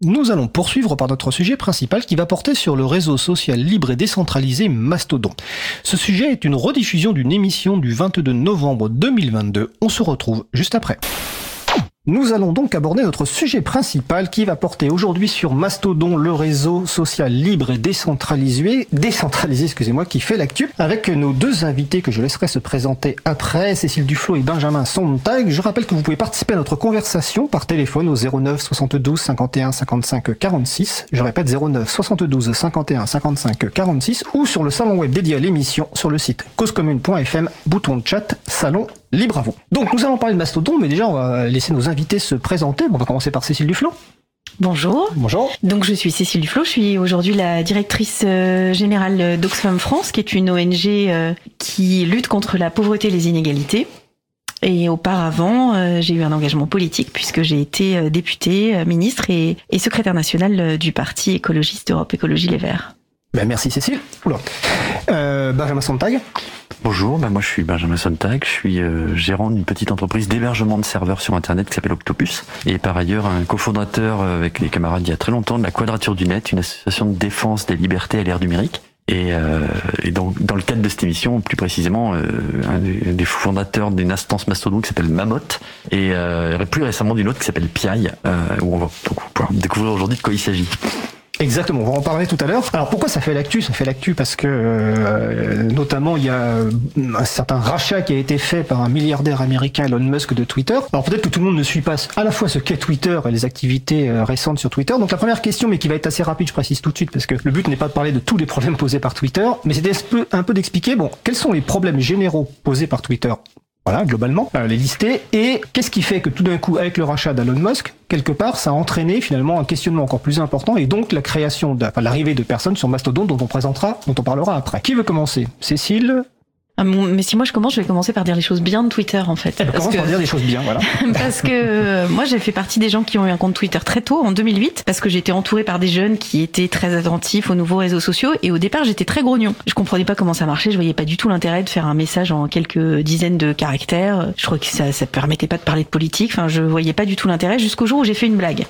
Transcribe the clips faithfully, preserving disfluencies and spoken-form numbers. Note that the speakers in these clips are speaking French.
Nous allons poursuivre par notre sujet principal qui va porter sur le réseau social libre et décentralisé Mastodon. Ce sujet est une rediffusion d'une émission du vingt-deux novembre deux mille vingt-deux. On se retrouve juste après. Nous allons donc aborder notre sujet principal qui va porter aujourd'hui sur Mastodon, le réseau social libre et décentralisé, décentralisé, excusez-moi, qui fait l'actu, avec nos deux invités que je laisserai se présenter après, Cécile Duflot et Benjamin Sontag. Je rappelle que vous pouvez participer à notre conversation par téléphone au zéro neuf soixante-douze cinquante et un cinquante-cinq quarante-six. Je répète zéro neuf soixante-douze cinquante et un cinquante-cinq quarante-six ou sur le salon web dédié à l'émission sur le site causecommune point f m, bouton de chat, salon libre à vous. Donc nous allons parler de Mastodon, mais déjà on va laisser nos invités se présenter. Bon, on va commencer par Cécile Duflot. Bonjour. Bonjour. Donc je suis Cécile Duflot, je suis aujourd'hui la directrice euh, générale d'Oxfam France, qui est une O N G euh, qui lutte contre la pauvreté et les inégalités. Et auparavant, euh, j'ai eu un engagement politique puisque j'ai été euh, députée, euh, ministre et, et secrétaire nationale euh, du parti écologiste Europe Écologie Les Verts. Ben merci Cécile. Oula. Euh, Benjamin Sontag. Bonjour, ben moi je suis Benjamin Sontag, je suis euh, gérant d'une petite entreprise d'hébergement de serveurs sur internet qui s'appelle Octopus, et par ailleurs un cofondateur euh, avec les camarades il y a très longtemps de la Quadrature du Net, une association de défense des libertés à l'ère numérique. Et, euh, et donc dans le cadre de cette émission, plus précisément, euh, un des, des fondateurs d'une instance Mastodon qui s'appelle Mammoth, et euh, plus récemment d'une autre qui s'appelle Piaille, euh, où on va donc, pouvoir découvrir aujourd'hui de quoi il s'agit. Exactement, on va en parler tout à l'heure. Alors pourquoi ça fait l'actu ? Ça fait l'actu parce que euh, notamment il y a un certain rachat qui a été fait par un milliardaire américain, Elon Musk, de Twitter. Alors peut-être que tout le monde ne suit pas à la fois ce qu'est Twitter et les activités euh, récentes sur Twitter. Donc la première question, mais qui va être assez rapide, je précise tout de suite, parce que le but n'est pas de parler de tous les problèmes posés par Twitter, mais c'est un peu d'expliquer, bon, quels sont les problèmes généraux posés par Twitter ? Voilà, globalement, euh, les lister. Et qu'est-ce qui fait que tout d'un coup, avec le rachat d'Elon Musk, quelque part, ça a entraîné finalement un questionnement encore plus important et donc la création, de, enfin l'arrivée de personnes sur Mastodon dont on présentera, dont on parlera après. Qui veut commencer ? Cécile ? Ah bon, mais si moi je commence, je vais commencer par dire les choses bien de Twitter en fait. Elle commence que... par dire des choses bien, voilà. Parce que euh, moi j'ai fait partie des gens qui ont eu un compte Twitter très tôt, en deux mille huit, parce que j'étais entourée par des jeunes qui étaient très attentifs aux nouveaux réseaux sociaux, et au départ j'étais très grognon. Je comprenais pas comment ça marchait, je voyais pas du tout l'intérêt de faire un message en quelques dizaines de caractères. Je crois que ça, ça permettait pas de parler de politique, enfin je voyais pas du tout l'intérêt jusqu'au jour où j'ai fait une blague.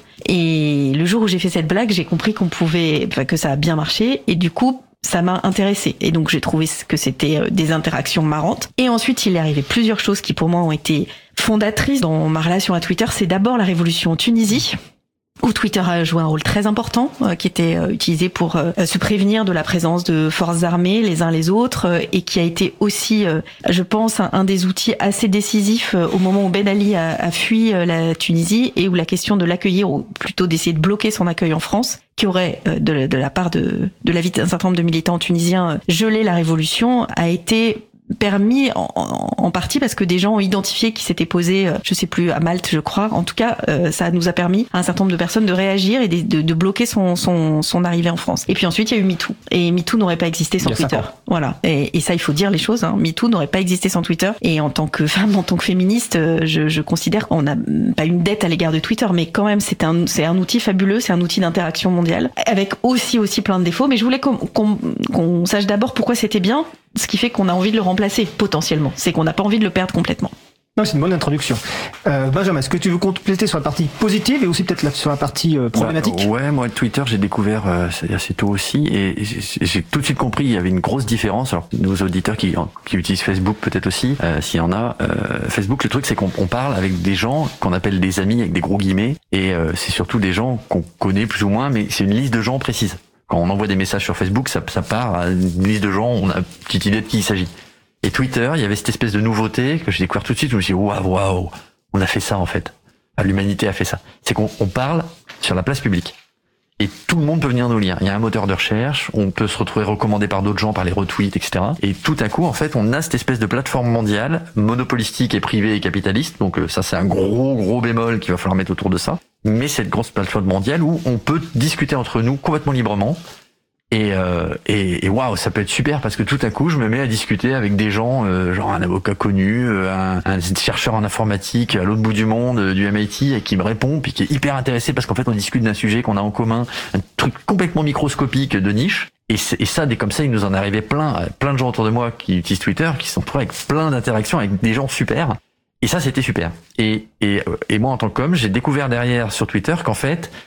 Et le jour où j'ai fait cette blague, j'ai compris qu'on pouvait, enfin que ça a bien marché, et du coup ça m'a intéressée. Et donc, j'ai trouvé que c'était des interactions marrantes. Et ensuite, il est arrivé plusieurs choses qui, pour moi, ont été fondatrices dans ma relation à Twitter. C'est d'abord la révolution en Tunisie, où Twitter a joué un rôle très important, euh, qui était euh, utilisé pour euh, se prévenir de la présence de forces armées les uns les autres, euh, et qui a été aussi, euh, je pense, un, un des outils assez décisifs euh, au moment où Ben Ali a, a fui euh, la Tunisie, et où la question de l'accueillir, ou plutôt d'essayer de bloquer son accueil en France, qui aurait, euh, de, de la part de, de l'avis d'un certain nombre de militants tunisiens, euh, gelé la révolution, a été permis en, en, en partie parce que des gens ont identifié qui s'étaient posés, euh, je sais plus, à Malte, je crois. En tout cas, euh, ça nous a permis à un certain nombre de personnes de réagir et de, de, de bloquer son, son, son arrivée en France. Et puis ensuite, il y a eu MeToo. Et MeToo n'aurait pas existé sans Twitter. Voilà. Et, et ça, il faut dire les choses. Hein. MeToo n'aurait pas existé sans Twitter. Et en tant que femme, en tant que féministe, je, je considère qu'on n'a pas une dette à l'égard de Twitter, mais quand même, c'est un, c'est un outil fabuleux, c'est un outil d'interaction mondiale, avec aussi, aussi plein de défauts. Mais je voulais qu'on, qu'on, qu'on sache d'abord pourquoi c'était bien. Ce qui fait qu'on a envie de le remplacer, potentiellement. C'est qu'on n'a pas envie de le perdre complètement. Non, c'est une bonne introduction. Euh, Benjamin, est-ce que tu veux compléter sur la partie positive et aussi peut-être sur la partie euh, problématique ? Bah, Ouais, moi, Twitter, j'ai découvert euh, assez tôt aussi, et j'ai, j'ai tout de suite compris qu'il y avait une grosse différence. Alors, nos auditeurs qui, qui utilisent Facebook, peut-être aussi, euh, s'il y en a, euh, Facebook, le truc, c'est qu'on on parle avec des gens qu'on appelle des amis, avec des gros guillemets, et euh, c'est surtout des gens qu'on connaît plus ou moins, mais c'est une liste de gens précise. Quand on envoie des messages sur Facebook, ça, ça part à une liste de gens, on a une petite idée de qui il s'agit. Et Twitter, il y avait cette espèce de nouveauté que j'ai découvert tout de suite, où je me suis dit, waouh, waouh, on a fait ça en fait. Ah, l'humanité a fait ça. C'est qu'on on parle sur la place publique. Et tout le monde peut venir nous lire. Il y a un moteur de recherche, on peut se retrouver recommandé par d'autres gens, par les retweets, et cetera. Et tout à coup, en fait, on a cette espèce de plateforme mondiale, monopolistique et privée et capitaliste. Donc ça, c'est un gros, gros bémol qu'il va falloir mettre autour de ça. Mais cette grosse plateforme mondiale où on peut discuter entre nous complètement librement. Et euh, et, et waouh, ça peut être super parce que tout à coup, je me mets à discuter avec des gens, euh, genre un avocat connu, euh, un, un chercheur en informatique à l'autre bout du monde, euh, du M I T, et qui me répond, puis qui est hyper intéressé parce qu'en fait, on discute d'un sujet qu'on a en commun, un truc complètement microscopique de niche. Et, et ça, des comme ça, il nous en arrivait plein, plein de gens autour de moi qui utilisent Twitter, qui se sont retrouvés avec plein d'interactions avec des gens super. Et ça, c'était super. Et, et, et moi, en tant qu'homme, j'ai découvert derrière sur Twitter qu'en fait,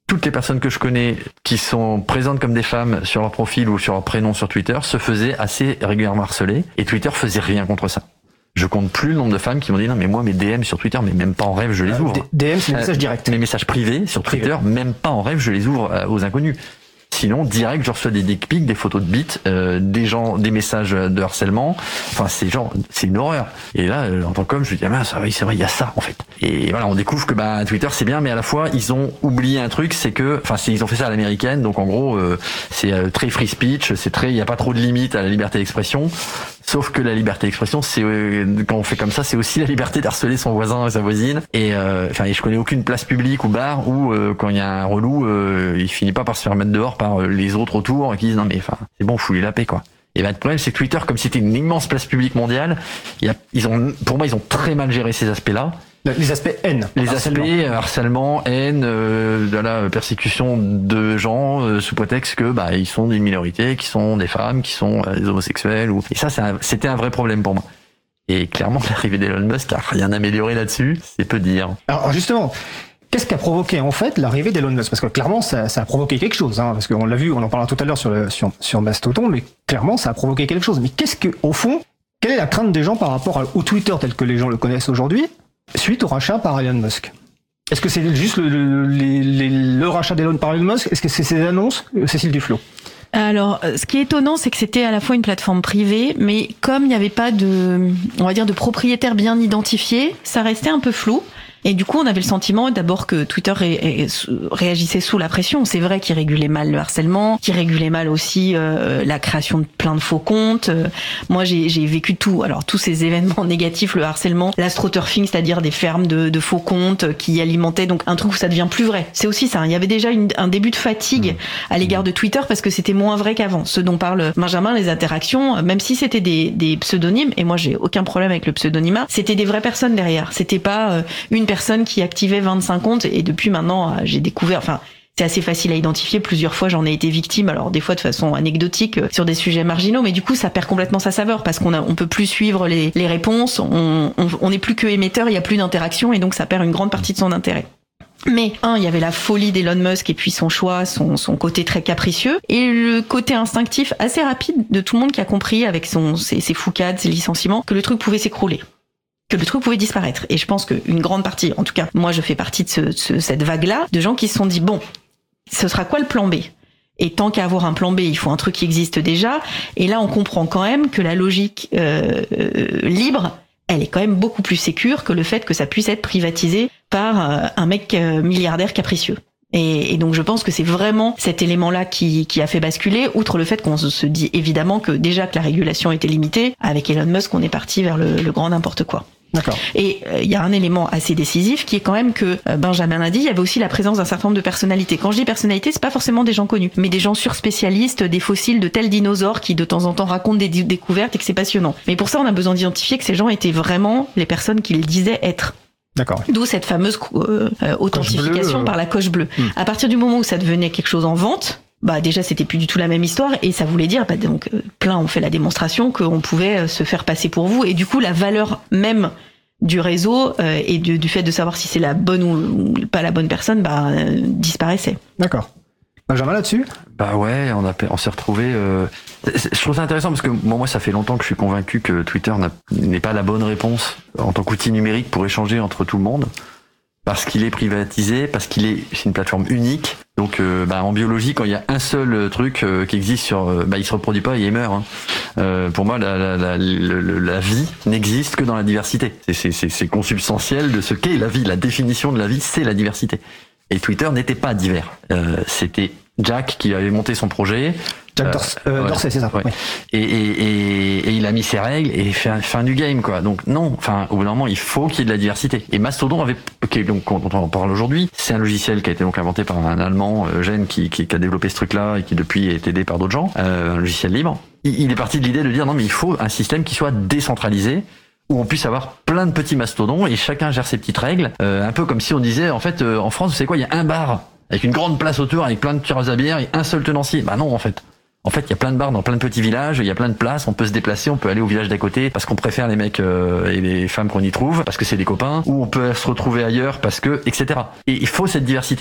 toutes les personnes que je connais qui sont présentes comme des femmes sur leur profil ou sur leur prénom sur Twitter se faisaient assez régulièrement harceler et Twitter faisait rien contre ça. Je compte plus le nombre de femmes qui m'ont dit non mais moi mes D M sur Twitter mais même pas en rêve je les ouvre. Euh, D M c'est les messages directs. Mes messages privés sur Twitter Privé. Même pas en rêve je les ouvre aux inconnus. Sinon, direct, je reçois des dick pics, des photos de bites, euh, des gens, des messages de harcèlement. Enfin, c'est genre, c'est une horreur. Et là, en tant qu'homme, je me dis, ah mince, oui, c'est vrai, il y a ça, en fait. Et voilà, on découvre que, bah, Twitter, c'est bien, mais à la fois, ils ont oublié un truc, c'est que, enfin, c'est, ils ont fait ça à l'américaine, donc en gros, euh, c'est euh, très free speech, c'est très, il y a pas trop de limites à la liberté d'expression. Sauf que la liberté d'expression, c'est euh, quand on fait comme ça, c'est aussi la liberté d'harceler son voisin et sa voisine. Et euh, enfin, je connais aucune place publique ou bar où euh, quand il y a un relou, euh, il finit pas par se faire mettre dehors par euh, les autres autour qui disent non mais enfin c'est bon, foutez la paix quoi. Et ben le problème c'est que Twitter, comme c'était une immense place publique mondiale, il y a, ils ont, pour moi, ils ont très mal géré ces aspects-là. Les aspects haine. Les harcèlement. aspects harcèlement, haine, euh, de la persécution de gens euh, sous prétexte que bah ils sont d'une minorité, qui sont des femmes, qui sont euh, des homosexuels ou et ça c'est un, c'était un vrai problème pour moi. Et clairement l'arrivée d'Elon Musk a rien amélioré là-dessus, c'est peu dire. Alors justement, qu'est-ce qui a provoqué en fait l'arrivée d'Elon Musk? Parce que clairement ça, ça a provoqué quelque chose, hein, parce qu'on l'a vu, on en parlera tout à l'heure sur le, sur sur Mastodon, mais clairement ça a provoqué quelque chose. Mais qu'est-ce que au fond, quelle est la crainte des gens par rapport au Twitter tel que les gens le connaissent aujourd'hui? Suite au rachat par Elon Musk. Est-ce que c'est juste le, le, le, le rachat d'Elon par Elon Musk? Est-ce que c'est ses annonces? Cécile Duflot. Alors, ce qui est étonnant, c'est que c'était à la fois une plateforme privée, mais comme il n'y avait pas de, on va dire, de propriétaire bien identifié, ça restait un peu flou. Et du coup, on avait le sentiment d'abord que Twitter ré- ré- réagissait sous la pression. C'est vrai qu'il régulait mal le harcèlement, qu'il régulait mal aussi euh, la création de plein de faux comptes. Euh, moi, j'ai, j'ai vécu tout. Alors, tous ces événements négatifs, le harcèlement, l'astroturfing, c'est-à-dire des fermes de, de faux comptes qui alimentaient donc un truc où ça devient plus vrai. C'est aussi ça. Il y avait déjà une, un début de fatigue à l'égard de Twitter parce que c'était moins vrai qu'avant. Ce dont parle Benjamin, les interactions, même si c'était des, des pseudonymes, et moi, j'ai aucun problème avec le pseudonymat, c'était des vraies personnes derrière. C'était pas euh, une personne personne qui activait vingt-cinq comptes et depuis maintenant j'ai découvert, enfin c'est assez facile à identifier, plusieurs fois j'en ai été victime, alors des fois de façon anecdotique sur des sujets marginaux, mais du coup ça perd complètement sa saveur parce qu'on a, on peut plus suivre les, les réponses, on, on, on n'est plus que émetteur, il y a plus d'interaction et donc ça perd une grande partie de son intérêt. Mais un, il y avait la folie d'Elon Musk et puis son choix, son, son côté très capricieux et le côté instinctif assez rapide de tout le monde qui a compris avec son, ses, ses foucades, ses licenciements, que le truc pouvait s'écrouler. Que le truc pouvait disparaître. Et je pense qu'une grande partie, en tout cas, moi je fais partie de ce, ce, cette vague-là, de gens qui se sont dit, bon, ce sera quoi le plan B? Et tant qu'à avoir un plan B, il faut un truc qui existe déjà. Et là, on comprend quand même que la logique euh, euh, libre, elle est quand même beaucoup plus sécure que le fait que ça puisse être privatisé par euh, un mec euh, milliardaire capricieux. Et, et donc je pense que c'est vraiment cet élément-là qui, qui a fait basculer, outre le fait qu'on se dit évidemment que déjà que la régulation était limitée, avec Elon Musk on est parti vers le, le grand n'importe quoi. D'accord. Et il euh, y a un élément assez décisif qui est quand même que euh, Benjamin l'a dit, il y avait aussi la présence d'un certain nombre de personnalités. Quand je dis personnalités, c'est pas forcément des gens connus, mais des gens surspécialistes, des fossiles de tels dinosaures qui de temps en temps racontent des d- découvertes et que c'est passionnant. Mais pour ça on a besoin d'identifier que ces gens étaient vraiment les personnes qu'ils disaient être. D'accord. D'où cette fameuse euh, euh, authentification euh... par la coche bleue. Hmm. À partir du moment où ça devenait quelque chose en vente, bah déjà c'était plus du tout la même histoire et ça voulait dire bah donc euh, plein ont fait la démonstration qu'on pouvait euh, se faire passer pour vous et du coup la valeur même du réseau euh, et du, du fait de savoir si c'est la bonne ou, ou pas la bonne personne bah euh, disparaissait. D'accord. Benjamin là-dessus? Bah ouais, on, a, on s'est retrouvé. Euh... Je trouve ça intéressant parce que bon, moi, ça fait longtemps que je suis convaincu que Twitter n'a, n'est pas la bonne réponse en tant qu'outil numérique pour échanger entre tout le monde, parce qu'il est privatisé, parce qu'il est, c'est une plateforme unique. Donc, euh, bah, en biologie, quand il y a un seul truc euh, qui existe sur, euh, bah, il se reproduit pas et il meurt. Hein. Euh, pour moi, la, la, la, la, la vie n'existe que dans la diversité. C'est, c'est, c'est, c'est consubstantiel de ce qu'est la vie. La définition de la vie, c'est la diversité. Et Twitter n'était pas divers. Euh, c'était Jack qui avait monté son projet. Jack Dorsey, euh, ouais. Dorsey c'est ça. Ouais. Ouais. Et, et, et, et il a mis ses règles et fait fin du game, quoi. Donc non, enfin, au bout d'un moment, il faut qu'il y ait de la diversité. Et Mastodon avait, okay, donc dont on en parle aujourd'hui, c'est un logiciel qui a été donc inventé par un Allemand, Eugène, qui, qui, qui a développé ce truc-là et qui depuis est aidé par d'autres gens. Euh, un logiciel libre. Il, il est parti de l'idée de dire non, mais il faut un système qui soit décentralisé, où on puisse avoir plein de petits mastodons et chacun gère ses petites règles. Euh, un peu comme si on disait, en fait, euh, en France, vous savez quoi, il y a un bar avec une grande place autour, avec plein de tireuses à bière et un seul tenancier. Bah non, en fait. En fait, il y a plein de bars dans plein de petits villages, il y a plein de places, on peut se déplacer, on peut aller au village d'à côté parce qu'on préfère les mecs euh, et les femmes qu'on y trouve, parce que c'est des copains, ou on peut se retrouver ailleurs parce que, et cetera. Et il faut cette diversité.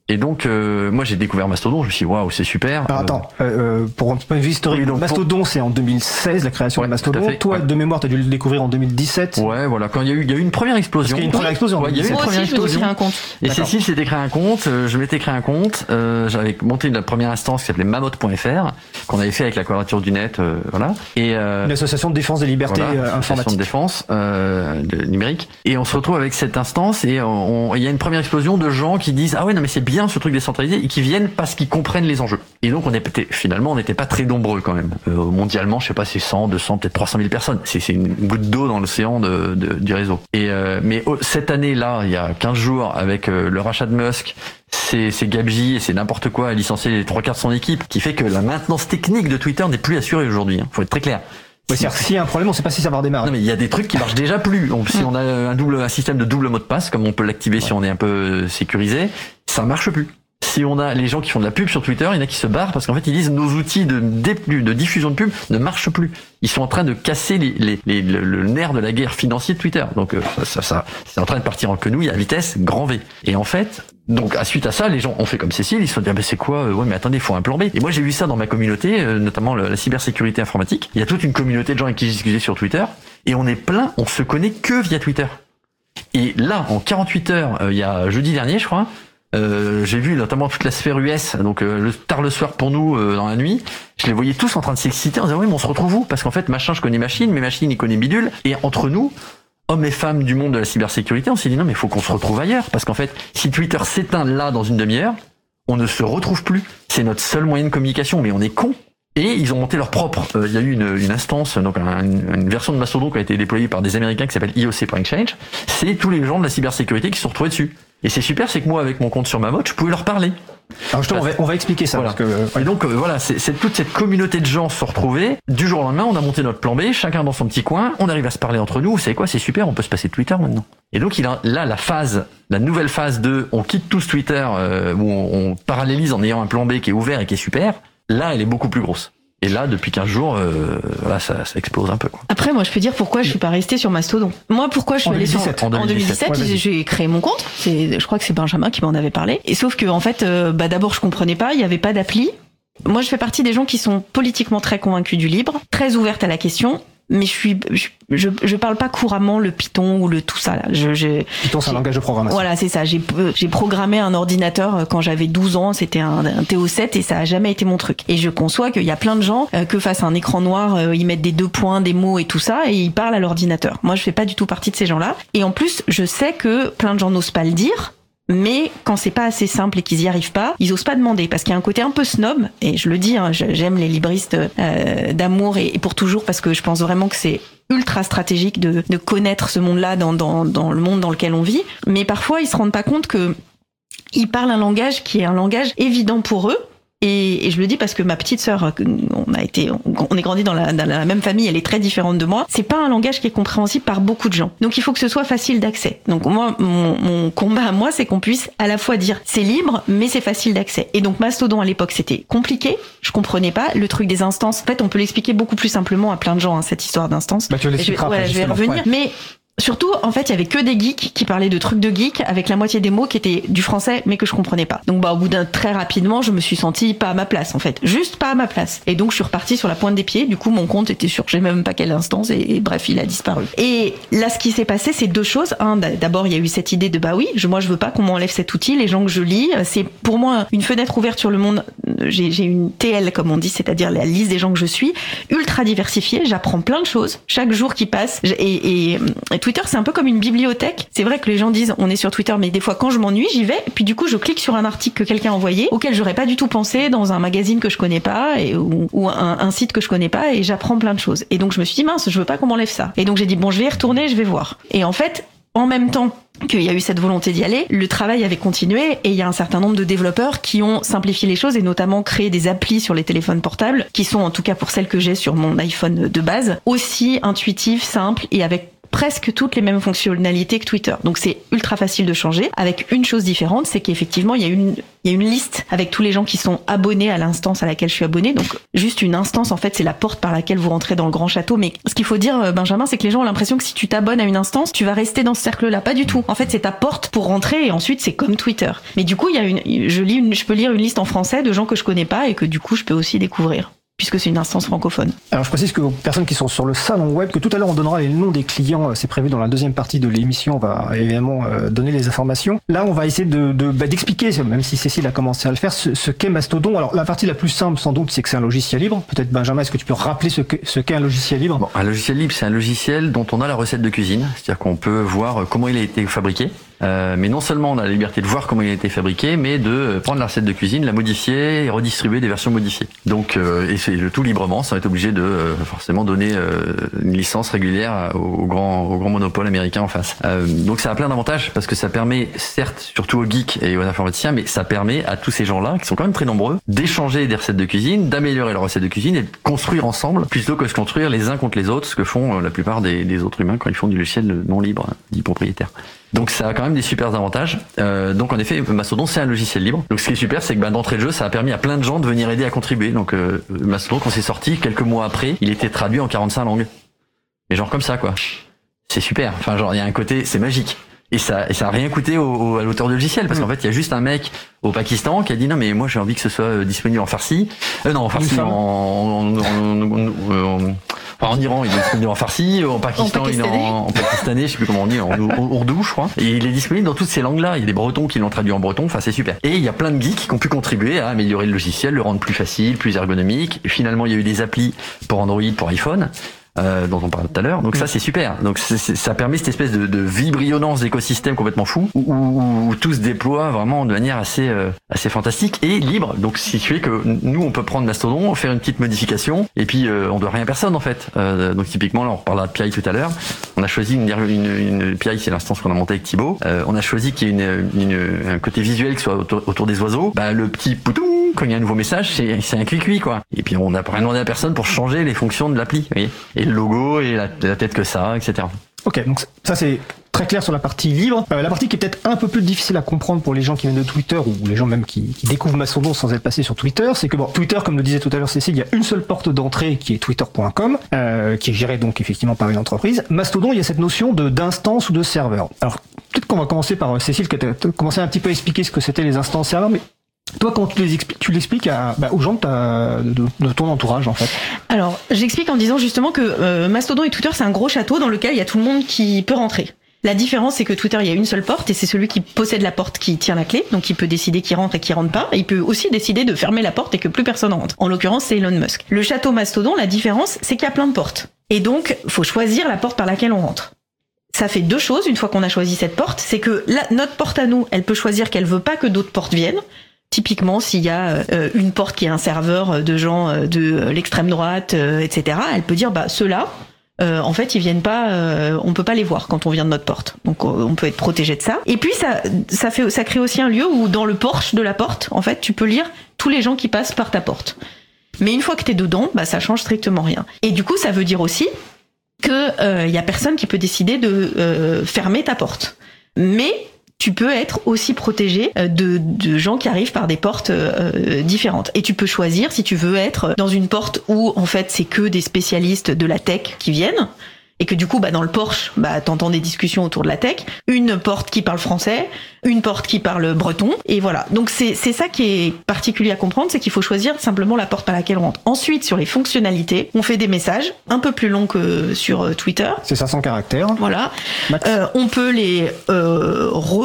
Et donc, euh, moi, j'ai découvert Mastodon. Je me suis dit, waouh, c'est super. Alors, attends, euh, pour un point de vue historique, oui, donc, Mastodon, pour... c'est en deux mille seize, la création ouais, de Mastodon. fait, Toi, ouais. de mémoire, tu as dû le découvrir en deux mille dix-sept. Ouais, voilà. Quand il y a eu, il y a eu une première explosion. Parce qu'il y a eu une première explosion. Ouais, il y a eu une Moi première aussi, je me suis explosion. créé un compte. Et D'accord. Cécile s'était créé un compte. euh, Je m'étais créé un compte. Euh, J'avais monté la première instance qui s'appelait mamotte point f r, qu'on avait fait avec la Quadrature du Net, euh, voilà. Et euh, Une association de défense des libertés voilà, euh, association informatiques. de défense euh, de numérique. Et on se retrouve avec cette instance et on- il y a une première explosion de gens qui disent ah ouais non mais c'est bien ce truc décentralisé et qui viennent parce qu'ils comprennent les enjeux. Et donc on était finalement on n'était pas très nombreux quand même. Euh, mondialement je sais pas c'est cent, deux cents, peut-être trois cent mille personnes. C'est c'est une goutte d'eau dans l'océan de, de, du réseau. Et euh, mais oh, cette année là il y a quinze jours avec euh, le rachat de Musk, c'est c'est Gabji et c'est n'importe quoi à licencier les trois quarts de son équipe qui fait que la maintenance technique de Twitter n'est plus assurée aujourd'hui. Hein. Faut être très clair. Ouais, c'est-à-dire que s'il y a un problème, on ne sait pas si ça va redémarrer. Non mais il y a des trucs qui marchent déjà plus. On, si on a un double un système de double mot de passe, comme on peut l'activer ouais. si on est un peu sécurisé, ça marche plus. Si on a les gens qui font de la pub sur Twitter, il y en a qui se barrent parce qu'en fait ils disent nos outils de, de diffusion de pub ne marchent plus. Ils sont en train de casser les, les, les, le, le nerf de la guerre financière de Twitter. Donc ça, ça, ça c'est en train de partir en quenouille à vitesse grand V. Et en fait, donc à suite à ça, les gens ont fait comme Cécile, ils se sont dit ah ben c'est quoi euh, ouais mais attendez, il faut un plan B. Et moi j'ai vu ça dans ma communauté, euh, notamment le, la cybersécurité informatique. Il y a toute une communauté de gens avec qui j'ai discuté sur Twitter et on est plein, on se connaît que via Twitter. Et là en quarante-huit heures, euh, il y a jeudi dernier je crois. Euh, j'ai vu notamment toute la sphère U S, donc euh, le tard le soir pour nous euh, dans la nuit. Je les voyais tous en train de s'exciter en disant oui mais on se retrouve où ? Parce qu'en fait machin je connais machine, mais machine il connaît bidule. Et entre nous, hommes et femmes du monde de la cybersécurité, on s'est dit non mais il faut qu'on se retrouve ailleurs. Parce qu'en fait si Twitter s'éteint là dans une demi-heure, on ne se retrouve plus. C'est notre seul moyen de communication, mais on est con. Et ils ont monté leur propre. Euh, il y a eu une, une instance, donc un, une, une version de Mastodon qui a été déployée par des Américains qui s'appelle I O C point exchange. C'est tous les gens de la cybersécurité qui se sont retrouvés dessus. Et c'est super, c'est que moi, avec mon compte sur Mamotte, je pouvais leur parler. Alors justement, on va, on va expliquer ça. Voilà. Parce que, euh, et donc, euh, voilà, c'est, c'est toute cette communauté de gens se retrouver. Du jour au lendemain, on a monté notre plan B, chacun dans son petit coin, on arrive à se parler entre nous. Vous savez quoi, c'est super, on peut se passer de Twitter maintenant. Et donc, il a, là, la phase, la nouvelle phase de on quitte tous Twitter, euh, où on, on parallélise en ayant un plan B qui est ouvert et qui est super, là, elle est beaucoup plus grosse. Et là, depuis quinze jours, euh, là, ça, ça explose un peu, quoi. Après, moi, je peux dire pourquoi je suis pas restée sur Mastodon. Moi, pourquoi je suis en allée deux mille dix-sept, sur... en deux mille dix-sept, en deux mille dix-sept, ouais, j'ai créé mon compte. C'est, je crois que c'est Benjamin qui m'en avait parlé. Et sauf que, en fait, euh, bah, d'abord, je comprenais pas, il y avait pas d'appli. Moi, je fais partie des gens qui sont politiquement très convaincus du libre, très ouvertes à la question. Mais je suis, je, je, je parle pas couramment le Python ou le tout ça, là. Je, je, Python, c'est un langage de programmation. Voilà, c'est ça. J'ai, j'ai programmé un ordinateur quand j'avais douze ans. C'était un, un T O sept et ça a jamais été mon truc. Et je conçois qu'il y a plein de gens euh, que face à un écran noir, euh, ils mettent des deux points, des mots et tout ça et ils parlent à l'ordinateur. Moi, je fais pas du tout partie de ces gens-là. Et en plus, je sais que plein de gens n'osent pas le dire. Mais quand c'est pas assez simple et qu'ils y arrivent pas, ils osent pas demander parce qu'il y a un côté un peu snob. Et je le dis, hein, j'aime les libristes euh, d'amour et, et pour toujours parce que je pense vraiment que c'est ultra stratégique de, de connaître ce monde-là dans, dans, dans le monde dans lequel on vit. Mais parfois, ils se rendent pas compte que ils parlent un langage qui est un langage évident pour eux. Et, et je le dis parce que ma petite sœur, on a été, on est grandi dans la, dans la même famille, elle est très différente de moi. C'est pas un langage qui est compréhensible par beaucoup de gens. Donc il faut que ce soit facile d'accès. Donc moi, mon, mon combat à moi, c'est qu'on puisse à la fois dire c'est libre, mais c'est facile d'accès. Et donc Mastodon à l'époque, c'était compliqué. Je comprenais pas le truc des instances. En fait, on peut l'expliquer beaucoup plus simplement à plein de gens, hein, cette histoire d'instances. Bah, tu je vais, après, ouais, je vais revenir. Ouais. Mais surtout, en fait, il y avait que des geeks qui parlaient de trucs de geeks avec la moitié des mots qui étaient du français mais que je comprenais pas. Donc bah au bout d'un très rapidement, je me suis sentie pas à ma place en fait, juste pas à ma place. Et donc je suis repartie sur la pointe des pieds. Du coup, mon compte était sur je sais même pas quelle instance et, et bref, il a disparu. Et là, ce qui s'est passé, c'est deux choses. Un, d'abord, il y a eu cette idée de bah oui, je, moi je veux pas qu'on m'enlève cet outil. Les gens que je lis, c'est pour moi une fenêtre ouverte sur le monde. J'ai, j'ai une T L comme on dit, c'est-à-dire la liste des gens que je suis, ultra diversifiée. J'apprends plein de choses chaque jour qui passe. Et, et, et Twitter, c'est un peu comme une bibliothèque. C'est vrai que les gens disent on est sur Twitter, mais des fois quand je m'ennuie, j'y vais. Et puis du coup, je clique sur un article que quelqu'un a envoyé, auquel j'aurais pas du tout pensé, dans un magazine que je connais pas, et, ou, ou un, un site que je connais pas, et j'apprends plein de choses. Et donc je me suis dit mince, je veux pas qu'on m'enlève ça. Et donc j'ai dit bon, je vais y retourner, je vais voir. Et en fait, en même temps qu'il y a eu cette volonté d'y aller, le travail avait continué et il y a un certain nombre de développeurs qui ont simplifié les choses et notamment créé des applis sur les téléphones portables qui sont, en tout cas pour celles que j'ai sur mon iPhone de base, aussi intuitives, simples et avec presque toutes les mêmes fonctionnalités que Twitter. Donc c'est ultra facile de changer, avec une chose différente, c'est qu'effectivement il y a une il y a une liste avec tous les gens qui sont abonnés à l'instance à laquelle je suis abonné. Donc juste une instance, en fait, c'est la porte par laquelle vous rentrez dans le grand château. Mais ce qu'il faut dire, Benjamin, c'est que les gens ont l'impression que si tu t'abonnes à une instance, tu vas rester dans ce cercle-là. Pas du tout. En fait, c'est ta porte pour rentrer et ensuite c'est comme Twitter. Mais du coup, il y a une, je lis une, je peux lire une liste en français de gens que je connais pas et que du coup je peux aussi découvrir, puisque c'est une instance francophone. Alors je précise que aux personnes qui sont sur le salon web, que tout à l'heure on donnera les noms des clients, c'est prévu dans la deuxième partie de l'émission, on va évidemment euh, donner les informations. Là on va essayer de, de bah, d'expliquer, même si Cécile a commencé à le faire, ce, ce qu'est Mastodon. Alors la partie la plus simple sans doute, c'est que c'est un logiciel libre. Peut-être Benjamin, est-ce que tu peux rappeler ce, que, ce qu'est un logiciel libre? Bon, un logiciel libre, c'est un logiciel dont on a la recette de cuisine, c'est-à-dire qu'on peut voir comment il a été fabriqué. Euh, mais non seulement on a la liberté de voir comment il a été fabriqué, mais de prendre la recette de cuisine, la modifier et redistribuer des versions modifiées. Donc, euh, et c'est le tout librement, sans être obligé de euh, forcément donner euh, une licence régulière au grand, au grand monopole américain en face. Euh, donc ça a plein d'avantages parce que ça permet, certes, surtout aux geeks et aux informaticiens, mais ça permet à tous ces gens-là, qui sont quand même très nombreux, d'échanger des recettes de cuisine, d'améliorer leurs recettes de cuisine et de construire ensemble, plutôt que de se construire les uns contre les autres, ce que font euh, la plupart des, des autres humains quand ils font du logiciel non libre, hein, dit propriétaire. Donc ça a quand même des super avantages. Euh, donc en effet, Mastodon c'est un logiciel libre. Donc ce qui est super, c'est que bah, d'entrée de jeu, ça a permis à plein de gens de venir aider à contribuer. Donc euh, Mastodon, quand c'est sorti, quelques mois après, il était traduit en quarante-cinq langues. Et genre comme ça, quoi. C'est super. Enfin genre il y a un côté, c'est magique. Et ça, et ça a rien coûté au, au, à l'auteur de logiciel, parce qu'en fait, il y a juste un mec au Pakistan qui a dit non mais moi j'ai envie que ce soit disponible en farsi. Euh, non, en farsi, en, en, en, en, en, en Iran, il est disponible en farsi, en Pakistan, en il est en, en pakistanais, je sais plus comment on dit, en ourdou, je crois. Et il est disponible dans toutes ces langues-là. Il y a des Bretons qui l'ont traduit en breton. Enfin, c'est super. Et il y a plein de geeks qui ont pu contribuer à améliorer le logiciel, le rendre plus facile, plus ergonomique. Et finalement, il y a eu des applis pour Android, pour iPhone. Euh, dont on parlait tout à l'heure. Donc ça c'est super. Donc c'est, c'est, ça permet cette espèce de, de vibrionnance d'écosystème complètement fou où, où, où tout se déploie vraiment de manière assez euh, assez fantastique et libre. Donc ce qui fait que nous on peut prendre Mastodon, faire une petite modification et puis euh, on doit rien à personne en fait. Euh, donc typiquement là on reparlera de P I tout à l'heure. On a choisi une, une, une P I, c'est l'instance qu'on a montée avec Thibaut. Euh, on a choisi qu'il y ait une, une, un côté visuel qui soit autour, autour des oiseaux. Bah le petit poutou quand il y a un nouveau message, c'est, c'est un clic-clic quoi. Et puis on n'a rien demandé à personne pour changer les fonctions de l'appli. Vous voyez, et le logo et la, la tête que ça, et cetera. Ok, donc ça c'est très clair sur la partie libre. Euh, la partie qui est peut-être un peu plus difficile à comprendre pour les gens qui viennent de Twitter ou les gens même qui, qui découvrent Mastodon sans être passés sur Twitter, c'est que bon, Twitter, comme le disait tout à l'heure Cécile, il y a une seule porte d'entrée qui est twitter point com, euh, qui est gérée donc effectivement par une entreprise. Mastodon, il y a cette notion de d'instance ou de serveur. Alors peut-être qu'on va commencer par Cécile qui a commencé un petit peu à expliquer ce que c'était les instances serveurs, mais toi, comment tu, les expliques, tu l'expliques à, bah, aux gens de, ta, de, de ton entourage, en fait? Alors, j'explique en disant justement que euh, Mastodon et Twitter, c'est un gros château dans lequel il y a tout le monde qui peut rentrer. La différence, c'est que Twitter, il y a une seule porte et c'est celui qui possède la porte qui tient la clé. Donc, il peut décider qui rentre et qui rentre pas. Et il peut aussi décider de fermer la porte et que plus personne rentre. En l'occurrence, c'est Elon Musk. Le château Mastodon, la différence, c'est qu'il y a plein de portes. Et donc, faut choisir la porte par laquelle on rentre. Ça fait deux choses une fois qu'on a choisi cette porte. C'est que la, notre porte à nous, elle peut choisir qu'elle veut pas que d'autres portes viennent. Typiquement, s'il y a euh, une porte qui est un serveur de gens euh, de l'extrême droite, euh, et cetera, elle peut dire bah ceux-là, euh, en fait, ils viennent pas, euh, on peut pas les voir quand on vient de notre porte. Donc, on peut être protégé de ça. Et puis, ça, ça fait, ça crée aussi un lieu où, dans le porche de la porte, en fait, tu peux lire tous les gens qui passent par ta porte. Mais une fois que t'es dedans, bah ça change strictement rien. Et du coup, ça veut dire aussi que euh, y a personne qui peut décider de euh, fermer ta porte. Mais tu peux être aussi protégé de, de gens qui arrivent par des portes euh, différentes. Et tu peux choisir si tu veux être dans une porte où, en fait, c'est que des spécialistes de la tech qui viennent, et que du coup, bah, dans le Porsche, bah, t'entends des discussions autour de la tech, une porte qui parle français, une porte qui parle breton, et voilà. Donc c'est, c'est ça qui est particulier à comprendre, c'est qu'il faut choisir simplement la porte par laquelle on rentre. Ensuite, sur les fonctionnalités, on fait des messages, un peu plus longs que sur Twitter. C'est cinq cents caractères. Voilà. Euh, on peut les euh, re...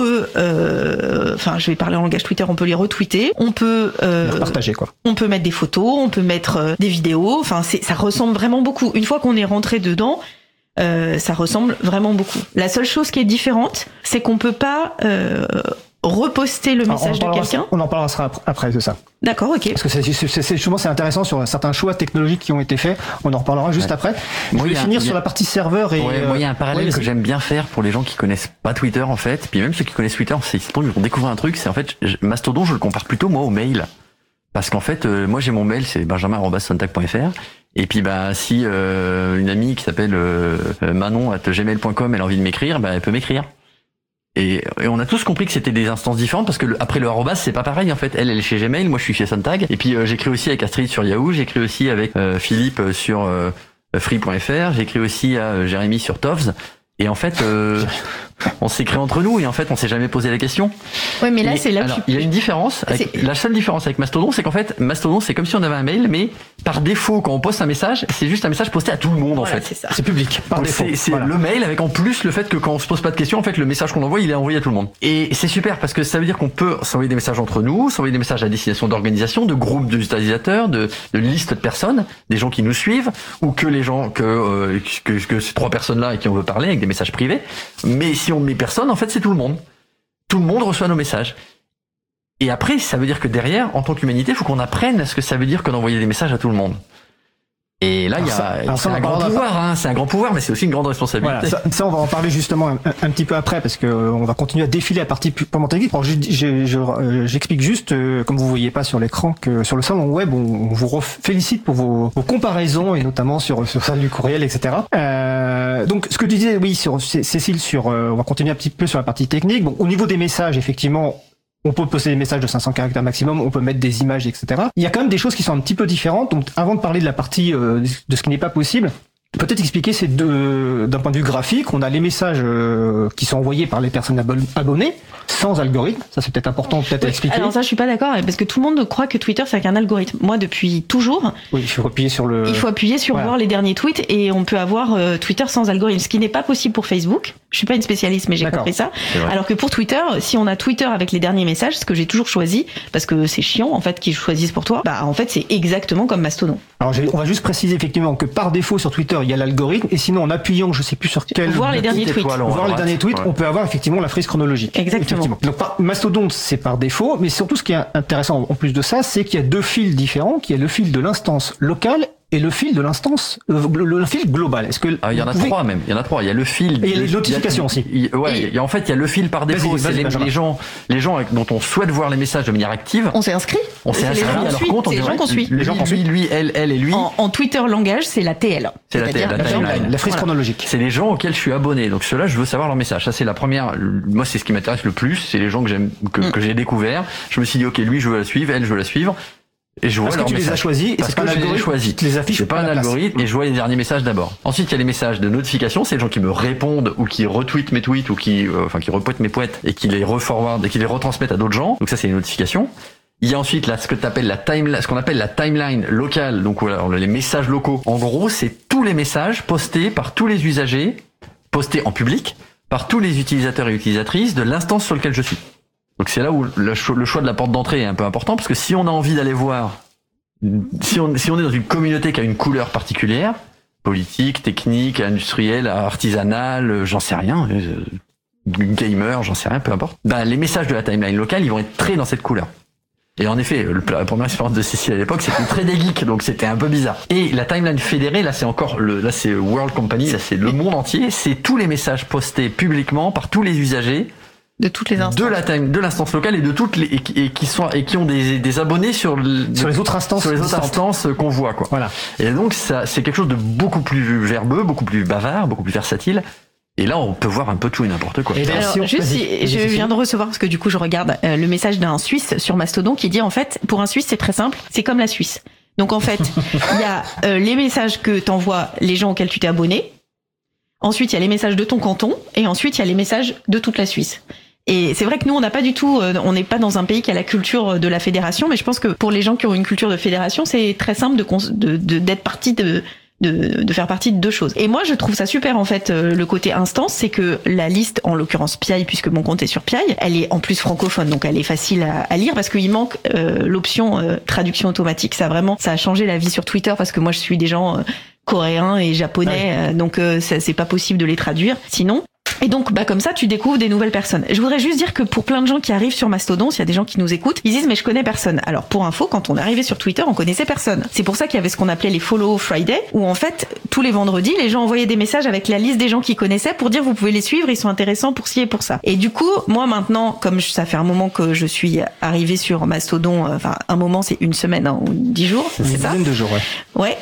Euh, enfin, je vais parler en langage Twitter, on peut les retweeter, on peut... Euh, les partager, quoi. On peut mettre des photos, on peut mettre euh, des vidéos, enfin, c'est, ça ressemble vraiment beaucoup. Une fois qu'on est rentré dedans, Euh, ça ressemble vraiment beaucoup. La seule chose qui est différente, c'est qu'on peut pas euh, reposter le message de quelqu'un. On en parlera après, c'est ça. D'accord, ok. Parce que c'est, c'est, c'est, justement, c'est intéressant sur certains choix technologiques qui ont été faits. On en reparlera juste ouais. après. Je vais finir sur la partie serveur et. Ouais, euh, moi, il y a un parallèle ouais, que j'aime bien faire pour les gens qui connaissent pas Twitter, en fait. Puis même ceux qui connaissent Twitter, c'est, ils vont découvrir un truc. C'est en fait, je, Mastodon, je le compare plutôt moi au mail. Parce qu'en fait, euh, moi j'ai mon mail, c'est benjamin arobase sontag point f r Et puis bah si euh, une amie qui s'appelle euh, Manon arobase gmail point com elle a envie de m'écrire, bah elle peut m'écrire. Et, et on a tous compris que c'était des instances différentes parce que le, après le arrobas c'est pas pareil en fait. Elle elle est chez Gmail, moi je suis chez Sontag. Et puis euh, j'écris aussi avec Astrid sur Yahoo, j'écris aussi avec euh, Philippe sur euh, free point f r, j'écris aussi à euh, Jérémy sur Tovs. Et en fait, euh, on s'écrit entre nous et en fait, on s'est jamais posé la question. Ouais, mais là, et c'est là. Alors, tu... il y a une différence. Avec, la seule différence avec Mastodon, c'est qu'en fait, Mastodon, c'est comme si on avait un mail, mais par défaut, quand on poste un message, c'est juste un message posté à tout le monde, en voilà, fait. C'est ça. C'est public, par Donc défaut. C'est, c'est voilà. le mail avec en plus le fait que quand on se pose pas de questions, en fait, le message qu'on envoie, il est envoyé à tout le monde. Et c'est super parce que ça veut dire qu'on peut s'envoyer des messages entre nous, s'envoyer des messages à destination d'organisations, de groupes d'utilisateurs, de, de listes de personnes, des gens qui nous suivent, ou que les gens que euh, que, que ces trois personnes-là et qui on veut parler avec des messages privés. Mais si on ne met personne, en fait, c'est tout le monde. Tout le monde reçoit nos messages. Et après, ça veut dire que derrière, en tant qu'humanité, il faut qu'on apprenne ce que ça veut dire que d'envoyer des messages à tout le monde. Et là, il y a, ça, c'est un grand pouvoir, hein, c'est un grand pouvoir, mais c'est aussi une grande responsabilité. Voilà, ça, ça, on va en parler justement un, un petit peu après parce que euh, on va continuer à défiler la partie purement technique. Alors, je, je, je, euh, j'explique juste, euh, comme vous voyez pas sur l'écran, que sur le salon web, on, on vous ref- félicite pour vos, vos comparaisons et notamment sur sur celle du courriel, et cetera. Euh, donc, ce que tu disais, oui, sur Cécile, sur, euh, on va continuer un petit peu sur la partie technique. Bon, au niveau des messages, effectivement. On peut poster des messages de cinq cents caractères maximum, on peut mettre des images, et cetera. Il y a quand même des choses qui sont un petit peu différentes. Donc, avant de parler de la partie euh, de ce qui n'est pas possible, peut-être expliquer ces deux, d'un point de vue graphique, on a les messages euh, qui sont envoyés par les personnes abonnées sans algorithme. Ça, c'est peut-être important peut-être oui, à expliquer. Alors ça, je suis pas d'accord parce que tout le monde croit que Twitter c'est qu'un algorithme. Moi, depuis toujours, oui, il faut appuyer sur le. Il faut appuyer sur voilà. voir les derniers tweets et on peut avoir euh, Twitter sans algorithme, ce qui n'est pas possible pour Facebook. Je suis pas une spécialiste, mais j'ai D'accord. compris ça. Alors que pour Twitter, si on a Twitter avec les derniers messages, ce que j'ai toujours choisi, parce que c'est chiant en fait qu'ils choisissent pour toi, bah en fait c'est exactement comme Mastodon. Alors j'ai, on va juste préciser effectivement que par défaut sur Twitter il y a l'algorithme et sinon en appuyant, je sais plus sur quel. Voir les derniers tweets. Voir les droite. derniers tweets, Ouais. on peut avoir effectivement la frise chronologique. Exactement. Donc par, Mastodon c'est par défaut, mais surtout ce qui est intéressant en plus de ça, c'est qu'il y a deux fils différents, qu'il y a le fil de l'instance locale et le fil de l'instance, euh, le, le fil global. Est-ce que Ah, il y en a pouvez... trois même. Il y en a trois. Il y a le fil. Et il y a les notifications il y a, aussi. Il, ouais. Il y a, en fait, il y a le fil par défaut. Vas-y, c'est vas-y, les, Benjamin. les gens, les gens avec- dont on souhaite voir les messages de manière active. On s'est inscrit. On s'est C'est inscrit les gens à qu'on leur suit. compte. on C'est les gens dirait, qu'on suit. Lui, Les gens qu'on lui, suit. lui, elle, elle et lui. En, en Twitter langage, c'est la T L. C'est la C'est-à-dire T L, la la timeline. timeline. la frise Voilà. chronologique. C'est les gens auxquels je suis abonné. Donc ceux-là, je veux savoir leur message. Ça, c'est la première. Moi, c'est ce qui m'intéresse le plus. C'est les gens que j'aime, que, Mm. que j'ai découvert. Je me suis dit, ok, lui, je veux la suivre, elle, je veux la suivre. Et je vois Parce que leur tu les as message. choisis et Parce c'est pas que un je les ai algorithme choisis. qui les affiche C'est pas à un la place. algorithme et je vois les derniers messages d'abord. Ensuite, il y a les messages de notification, c'est les gens qui me répondent ou qui retweetent mes tweets ou qui, euh, enfin, qui repotent mes poètes et qui les reforwardent et qui les retransmettent à d'autres gens. Donc ça, c'est les notifications. Il y a ensuite là ce que t'appelles la timeline, ce qu'on appelle la timeline locale. Donc voilà, les messages locaux. En gros, c'est tous les messages postés par tous les usagers, postés en public, par tous les utilisateurs et utilisatrices de l'instance sur laquelle je suis. Donc c'est là où le choix, le choix de la porte d'entrée est un peu important parce que si on a envie d'aller voir, si on, si on est dans une communauté qui a une couleur particulière, politique, technique, industrielle, artisanale, j'en sais rien, euh, gamer, j'en sais rien, peu importe, ben, les messages de la timeline locale, ils vont être très dans cette couleur. Et en effet, le, la première expérience de Cécile à l'époque, c'était très des geeks, donc c'était un peu bizarre. Et la timeline fédérée, là, c'est encore le, là, c'est World Company, là, c'est le monde entier, c'est tous les messages postés publiquement par tous les usagers De toutes les instances. de la time, de l'instance locale et de toutes les, et, qui- et qui sont, et qui ont des, des abonnés sur le, Sur les autres instances. sur les autres distantes. instances qu'on voit, quoi. Voilà. Et donc, ça, c'est quelque chose de beaucoup plus verbeux, beaucoup plus bavard, beaucoup plus versatile. Et là, on peut voir un peu tout et n'importe quoi. Et d'ailleurs, Alors, si on- juste, vas-y, si- vas-y, je Cécile. viens de recevoir, parce que du coup, je regarde euh, le message d'un Suisse sur Mastodon qui dit, en fait, pour un Suisse, c'est très simple, c'est comme la Suisse. Donc, en fait, il y a euh, les messages que t'envoient les gens auxquels tu t'es abonné. Ensuite, il y a les messages de ton canton. Et ensuite, il y a les messages de toute la Suisse. Et c'est vrai que nous, on n'a pas du tout, euh, on n'est pas dans un pays qui a la culture de la fédération, mais je pense que pour les gens qui ont une culture de fédération, c'est très simple de, cons- de, de d'être partie de, de, de faire partie de deux choses. Et moi, je trouve ça super, en fait, euh, le côté instance, c'est que la liste, en l'occurrence Piaille, puisque mon compte est sur Piaille, elle est en plus francophone, donc elle est facile à, à lire parce qu'il manque euh, l'option euh, traduction automatique. Ça vraiment, ça a changé la vie sur Twitter parce que moi, je suis des gens euh, coréens et japonais, euh, donc euh, ça, c'est pas possible de les traduire. Sinon. Et donc, bah, comme ça, tu découvres des nouvelles personnes. Je voudrais juste dire que pour plein de gens qui arrivent sur Mastodon, s'il y a des gens qui nous écoutent, ils disent, mais je connais personne. Alors, pour info, quand on est arrivé sur Twitter, on connaissait personne. C'est pour ça qu'il y avait ce qu'on appelait les Follow Friday, où en fait, tous les vendredis, les gens envoyaient des messages avec la liste des gens qu'ils connaissaient pour dire, vous pouvez les suivre, ils sont intéressants pour ci et pour ça. Et du coup, moi, maintenant, comme je- ça fait un moment que je suis arrivée sur Mastodon, euh, enfin, un moment, c'est une semaine, hein, ou dix jours, Une c'est ça? dizaine de jours, ouais. Ouais.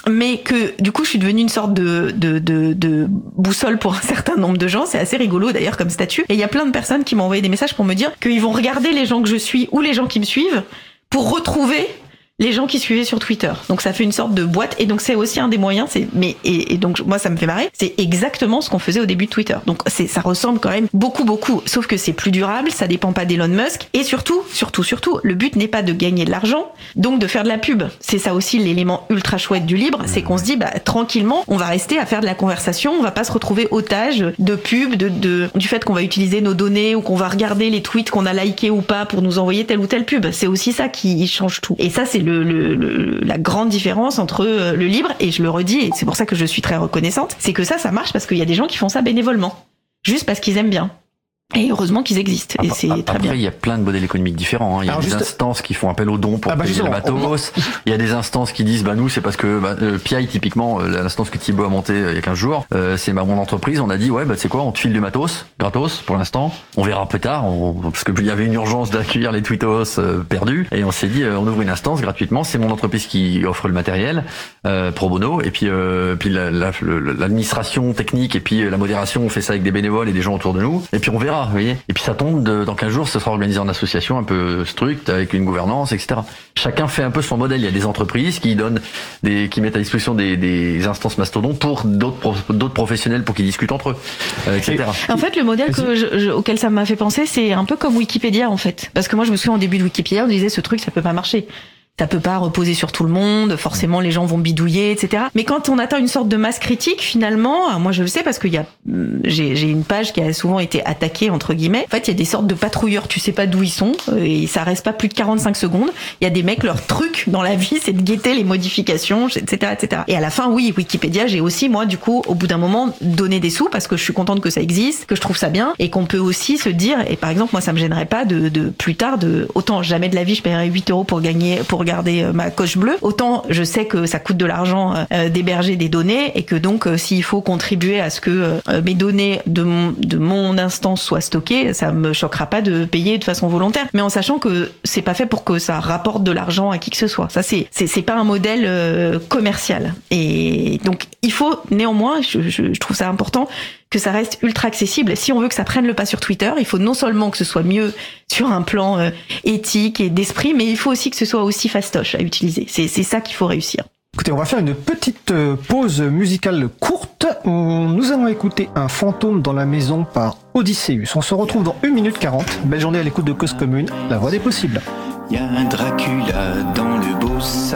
mais que du coup je suis devenue une sorte de, de, de, de boussole pour un certain nombre de gens. C'est assez rigolo d'ailleurs comme statut. Et il y a plein de personnes qui m'ont envoyé des messages pour me dire qu'ils vont regarder les gens que je suis ou les gens qui me suivent pour retrouver les gens qui suivaient sur Twitter. Donc ça fait une sorte de boîte, et donc c'est aussi un des moyens. C'est mais et, et donc moi ça me fait marrer. C'est exactement ce qu'on faisait au début de Twitter. Donc c'est ça ressemble quand même beaucoup beaucoup. Sauf que c'est plus durable, ça dépend pas d'Elon Musk, et surtout surtout surtout le but n'est pas de gagner de l'argent, donc de faire de la pub. C'est ça aussi l'élément ultra chouette du libre, c'est qu'on se dit bah tranquillement on va rester à faire de la conversation, on va pas se retrouver otage de pub, de, de du fait qu'on va utiliser nos données ou qu'on va regarder les tweets qu'on a likés ou pas pour nous envoyer telle ou telle pub. C'est aussi ça qui change tout. Et ça c'est le Le, le, le, la grande différence entre le libre, et je le redis, et c'est pour ça que je suis très reconnaissante, c'est que ça, ça marche parce qu'il y a des gens qui font ça bénévolement, juste parce qu'ils aiment bien. Et heureusement qu'ils existent, et c'est après, très bien. Après, il y a plein de modèles économiques différents. Hein. Il y a Alors des juste... instances qui font appel aux dons pour ah bah payer le matos. On... Il y a des instances qui disent, bah nous, c'est parce que bah, euh, P I, typiquement, euh, l'instance que Thibaut a montée euh, il y a quinze jours, euh, c'est bah, mon entreprise. On a dit, ouais, bah c'est quoi, on te file du matos, gratos, pour l'instant. On verra plus tard, on... parce qu'il y avait une urgence d'accueillir les tweetos euh, perdus, et on s'est dit, euh, on ouvre une instance gratuitement. C'est mon entreprise qui offre le matériel euh, pro bono, et puis euh, puis la, la, l'administration technique et puis la modération, on fait ça avec des bénévoles et des gens autour de nous. Et puis on verra, vous voyez. Et puis ça De, dans quinze jours, ce sera organisé en association un peu stricte, avec une gouvernance, et cetera. Chacun fait un peu son modèle. Il y a des entreprises qui donnent des, qui mettent à disposition des, des instances mastodons pour d'autres, pro, d'autres professionnels pour qu'ils discutent entre eux, euh, et cetera. En fait, le modèle que je, je, auquel ça m'a fait penser, c'est un peu comme Wikipédia, en fait. Parce que moi, je me souviens au début de Wikipédia, on disait ce truc, ça peut pas marcher. Ça peut pas reposer sur tout le monde, forcément les gens vont bidouiller, et cetera. Mais quand on atteint une sorte de masse critique, finalement, moi je le sais parce qu'il y a, j'ai, j'ai une page qui a souvent été attaquée entre guillemets. En fait, il y a des sortes de patrouilleurs, tu sais pas d'où ils sont, et ça reste pas plus de quarante-cinq secondes. Il y a des mecs, leur truc dans la vie, c'est de guetter les modifications, et cetera, et cetera. Et à la fin, oui, Wikipédia, j'ai aussi moi du coup, au bout d'un moment, donné des sous parce que je suis contente que ça existe, que je trouve ça bien, et qu'on peut aussi se dire, et par exemple, moi ça me gênerait pas de, de plus tard, de autant jamais de la vie je paierais huit euros pour gagner, pour regarder ma coche bleue, autant je sais que ça coûte de l'argent euh, d'héberger des données, et que donc euh, s'il faut contribuer à ce que euh, mes données de mon, de mon instance soient stockées, ça me choquera pas de payer de façon volontaire, mais en sachant que c'est pas fait pour que ça rapporte de l'argent à qui que ce soit. Ça c'est c'est, c'est pas un modèle euh, commercial, et donc il faut néanmoins, je, je, je trouve ça important que ça reste ultra accessible. Si on veut que ça prenne le pas sur Twitter, il faut non seulement que ce soit mieux sur un plan euh, éthique et d'esprit, mais il faut aussi que ce soit aussi fastoche à utiliser. C'est, c'est ça qu'il faut réussir. Écoutez, on va faire une petite pause musicale courte. Nous allons écouter Un fantôme dans la maison par Odysseus. On se retrouve dans une minute quarante. Belle journée à l'écoute de Cause Commune, la voix des possibles. Y a un Dracula dans le beau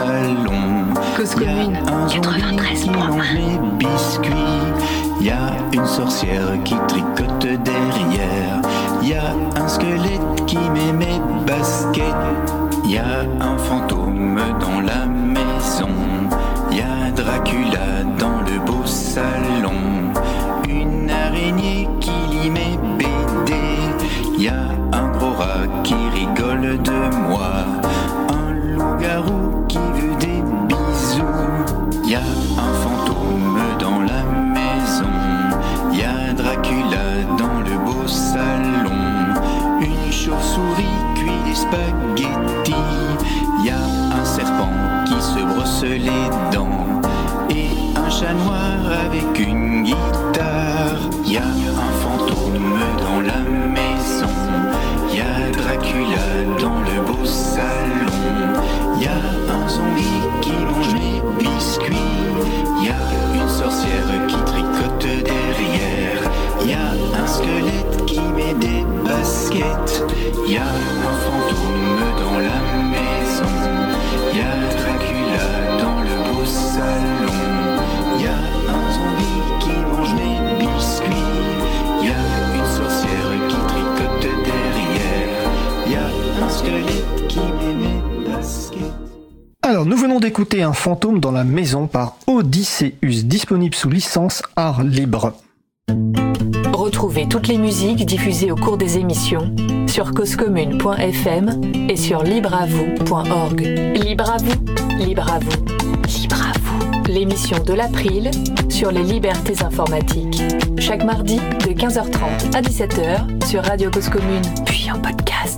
salon. Cause Commune, quatre-vingt-treize point un. Les biscuits. Y a une sorcière qui tricote derrière. Y a un squelette qui met mes baskets. Y a un fantôme dans la maison. Y a Dracula dans le beau salon. Une araignée qui lit mes B D. Y a un gros rat qui rigole de moi. Un loup-garou qui veut des bisous. Y a un fantôme dans la maison. Y a Dracula dans le beau salon. Une chauve-souris cuit des spaghettis. Y a un serpent qui se brosse les dents. Et un chat noir avec une guitare. Y a un fantôme dans la maison. Y a Dracula dans le beau salon. Y a un zombie qui mange mes biscuits. Y a une sorcière qui tricote derrière. Y a un squelette qui met des baskets. Y a un fantôme dans la maison. Y a Dracula dans le beau salon. Y a un zombie qui mange mes biscuits. Y a une sorcière qui tricote derrière. Y a un squelette qui met mes baskets. Alors, nous venons d'écouter Un fantôme dans la maison par Odysseus, disponible sous licence Art Libre. Retrouvez toutes les musiques diffusées au cours des émissions sur cause commune point f m et sur libre à vous point org. Libre à vous, libre à vous, libre à vous. L'émission de l'April sur les libertés informatiques. Chaque mardi de quinze heures trente à dix-sept heures sur Radio Cause Commune, puis en podcast.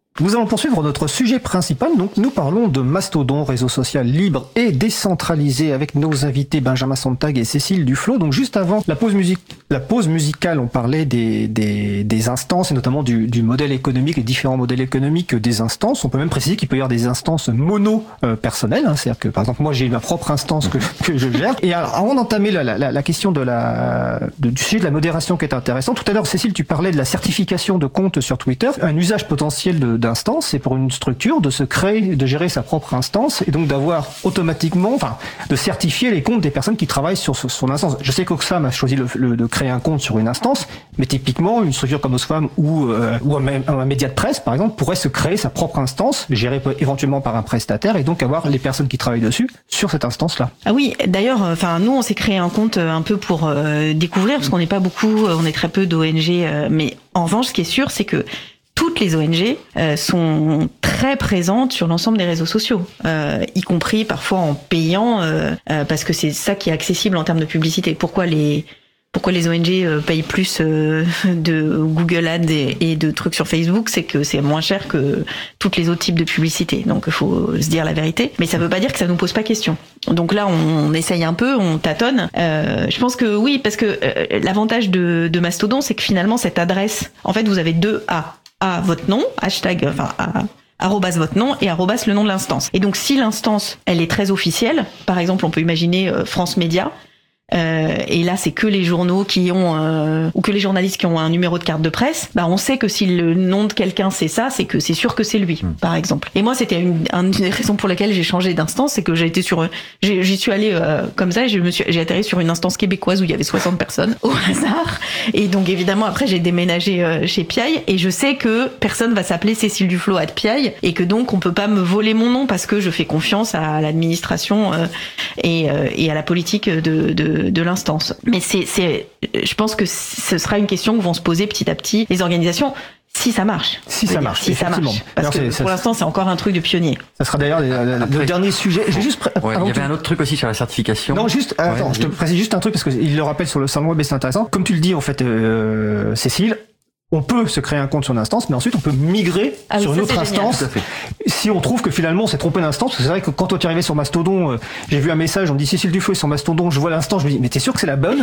Nous allons poursuivre notre sujet principal. Donc, nous parlons de Mastodon, réseau social libre et décentralisé, avec nos invités Benjamin Sontag et Cécile Duflo. Donc, juste avant la pause musique, la pause musicale, on parlait des, des, des instances et notamment du, du modèle économique, les différents modèles économiques des instances. On peut même préciser qu'il peut y avoir des instances mono euh, personnelles. Hein, c'est-à-dire que, par exemple, moi, j'ai ma propre instance que, que je gère. Et alors, avant d'entamer la, la, la question de la, de, du sujet de la modération qui est intéressant, tout à l'heure, Cécile, tu parlais de la certification de compte sur Twitter. Un usage potentiel de, d'instance, c'est pour une structure de se créer, de gérer sa propre instance et donc d'avoir automatiquement, enfin, de certifier les comptes des personnes qui travaillent sur ce, son instance. Je sais qu'Oxfam a choisi le, le, de créer un compte sur une instance, mais typiquement, une structure comme Oxfam ou, euh, ou un, un média de presse, par exemple, pourrait se créer sa propre instance, gérée éventuellement par un prestataire et donc avoir les personnes qui travaillent dessus sur cette instance-là. Ah oui, d'ailleurs, enfin, nous, on s'est créé un compte un peu pour euh, découvrir, parce qu'on n'est pas beaucoup, on est très peu d'O N G, euh, mais en revanche, ce qui est sûr, c'est que toutes les O N G euh, sont très présentes sur l'ensemble des réseaux sociaux, euh, y compris parfois en payant, euh, euh, parce que c'est ça qui est accessible en termes de publicité. Pourquoi les pourquoi les O N G euh, payent plus euh, de Google Ads et, et de trucs sur Facebook, c'est que c'est moins cher que tous les autres types de publicité. Donc il faut se dire la vérité. Mais ça veut pas dire que ça nous pose pas question. Donc là, on, on essaye un peu, on tâtonne. Euh, je pense que oui, parce que euh, l'avantage de, de Mastodon, c'est que finalement cette adresse, en fait, vous avez deux A. À votre nom, hashtag, enfin, à, arrobas votre nom et arrobas le nom de l'instance. Et donc, si l'instance, elle est très officielle, par exemple, on peut imaginer euh, France Média, Euh, et là, c'est que les journaux qui ont euh, ou que les journalistes qui ont un numéro de carte de presse. Bah, on sait que si le nom de quelqu'un c'est ça, c'est que c'est sûr que c'est lui, mmh. par exemple. Et moi, c'était une, une des raisons pour lesquelles j'ai changé d'instance, c'est que j'ai été sur, j'ai, j'y suis allée euh, comme ça, et je me suis, j'ai atterri sur une instance québécoise où il y avait soixante personnes au hasard. Et donc évidemment, après, j'ai déménagé euh, chez Piaille, et je sais que personne va s'appeler Cécile Duflo à Piaille, et que donc on peut pas me voler mon nom parce que je fais confiance à l'administration euh, et, euh, et à la politique de, de de l'instance. Mais c'est, c'est, je pense que ce sera une question que vont se poser petit à petit les organisations. Si ça marche. Si ça marche, si ça marche. Parce que pour l'instant, c'est encore un truc de pionnier. Ça sera d'ailleurs le, le dernier sujet. J'ai juste pré- ouais, il y avait un autre truc aussi sur la certification. Non, juste, attends, ouais, je te précise juste un truc parce qu'il le rappelle sur le salon web et c'est intéressant. Comme tu le dis, en fait, euh, Cécile, on peut se créer un compte sur une instance, mais ensuite on peut migrer ah oui, sur une autre instance si on trouve que finalement on s'est trompé d'instance. C'est vrai que quand on est arrivé sur Mastodon, euh, j'ai vu un message, on me dit Cécile Duflo est sur Mastodon, je vois l'instance, je me dis mais t'es sûr que c'est la bonne?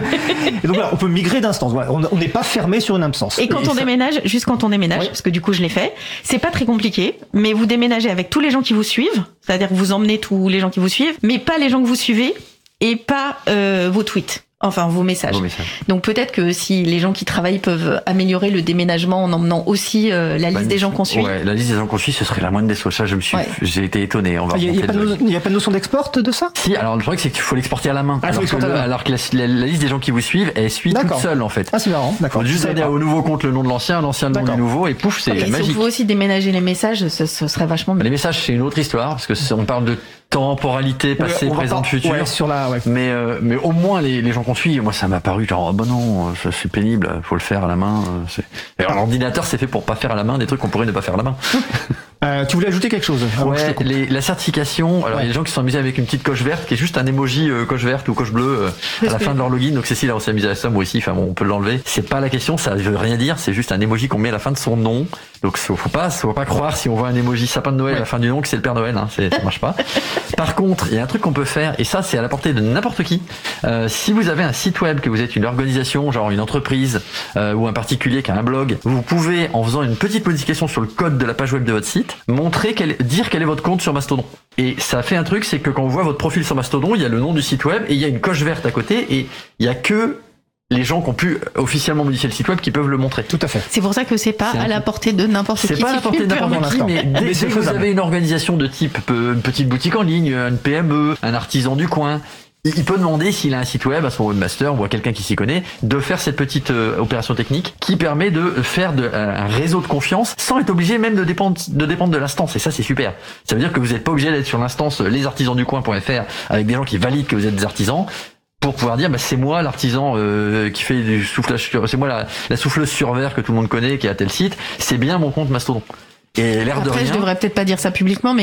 Et donc voilà, on peut migrer d'instance. Voilà, on n'est pas fermé sur une instance. Et quand et on ça... déménage, juste quand on déménage, oui. parce que du coup je l'ai fait, c'est pas très compliqué, mais vous déménagez avec tous les gens qui vous suivent, c'est-à-dire que vous emmenez tous les gens qui vous suivent, mais pas les gens que vous suivez et pas euh, vos tweets. Enfin, vos messages. vos messages. Donc peut-être que si les gens qui travaillent peuvent améliorer le déménagement en emmenant aussi euh, la liste bah, des gens qu'on suit. Ouais, la liste des gens qu'on suit, ce serait la moindre des choses. Ça, je me suis, ouais. j'ai été étonné. On va il n'y a, a, a pas de notion d'export de ça? Si, alors le truc c'est qu'il faut l'exporter à la main. Ah, alors, que le, alors que la, la, la liste des gens qui vous suivent, elle suit D'accord. toute seule en fait. Ah, c'est marrant. D'accord. Faut juste donner au nouveau compte le nom de l'ancien, l'ancien le nom du nouveau, et pouf, c'est okay, magique. Si on pouvait aussi déménager les messages, ce, ce serait vachement bien. Les messages, c'est une autre histoire parce que on parle de temporalité, passé, ouais, présent, futur. Ouais, sur la, ouais. Mais euh, mais au moins les les gens qu'on suit, moi ça m'a paru genre oh, bah non, c'est pénible, faut le faire à la main. C'est... Et alors, l'ordinateur c'est fait pour pas faire à la main des trucs qu'on pourrait ne pas faire à la main. Euh, tu voulais ajouter quelque chose? Ouais, les, la certification. Alors, il ouais. y a des gens qui se sont amusés avec une petite coche verte, qui est juste un emoji euh, coche verte ou coche bleue euh, à la fin de leur login. Donc Cécile, on s'est amusé à ça, moi aussi. Enfin bon, on peut l'enlever. C'est pas la question, ça veut rien dire. C'est juste un emoji qu'on met à la fin de son nom. Donc faut pas, faut pas croire si on voit un emoji sapin de Noël ouais. à la fin du nom que c'est le Père Noël. Hein, c'est, ça marche pas. Par contre, il y a un truc qu'on peut faire, et ça c'est à la portée de n'importe qui. Euh, si vous avez un site web, que vous êtes une organisation, genre une entreprise euh, ou un particulier qui a un blog, vous pouvez, en faisant une petite modification sur le code de la page web de votre site, montrer quel dire quel est votre compte sur Mastodon. Et ça fait un truc, c'est que quand on voit votre profil sur Mastodon, il y a le nom du site web et il y a une coche verte à côté et il y a que les gens qui ont pu officiellement modifier le site web qui peuvent le montrer. Tout à fait. C'est pour ça que c'est pas c'est à la portée de n'importe qui. C'est pas à la portée de n'importe qui, mais dès, dès que vous avez une organisation de type une petite boutique en ligne, une P M E, un artisan du coin, il peut demander, s'il a un site web à son webmaster ou à quelqu'un qui s'y connaît, de faire cette petite euh, opération technique qui permet de faire de, euh, un réseau de confiance sans être obligé même de dépendre de dépendre de l'instance. Et ça, c'est super. Ça veut dire que vous n'êtes pas obligé d'être sur l'instance lesartisansducoin.fr avec des gens qui valident que vous êtes des artisans pour pouvoir dire bah c'est moi l'artisan euh, qui fait du soufflage sur, c'est moi la, la souffleuse sur verre que tout le monde connaît qui est à tel site, c'est bien mon compte Mastodon. Et l'air Après, de rien. Je devrais peut-être pas dire ça publiquement, mais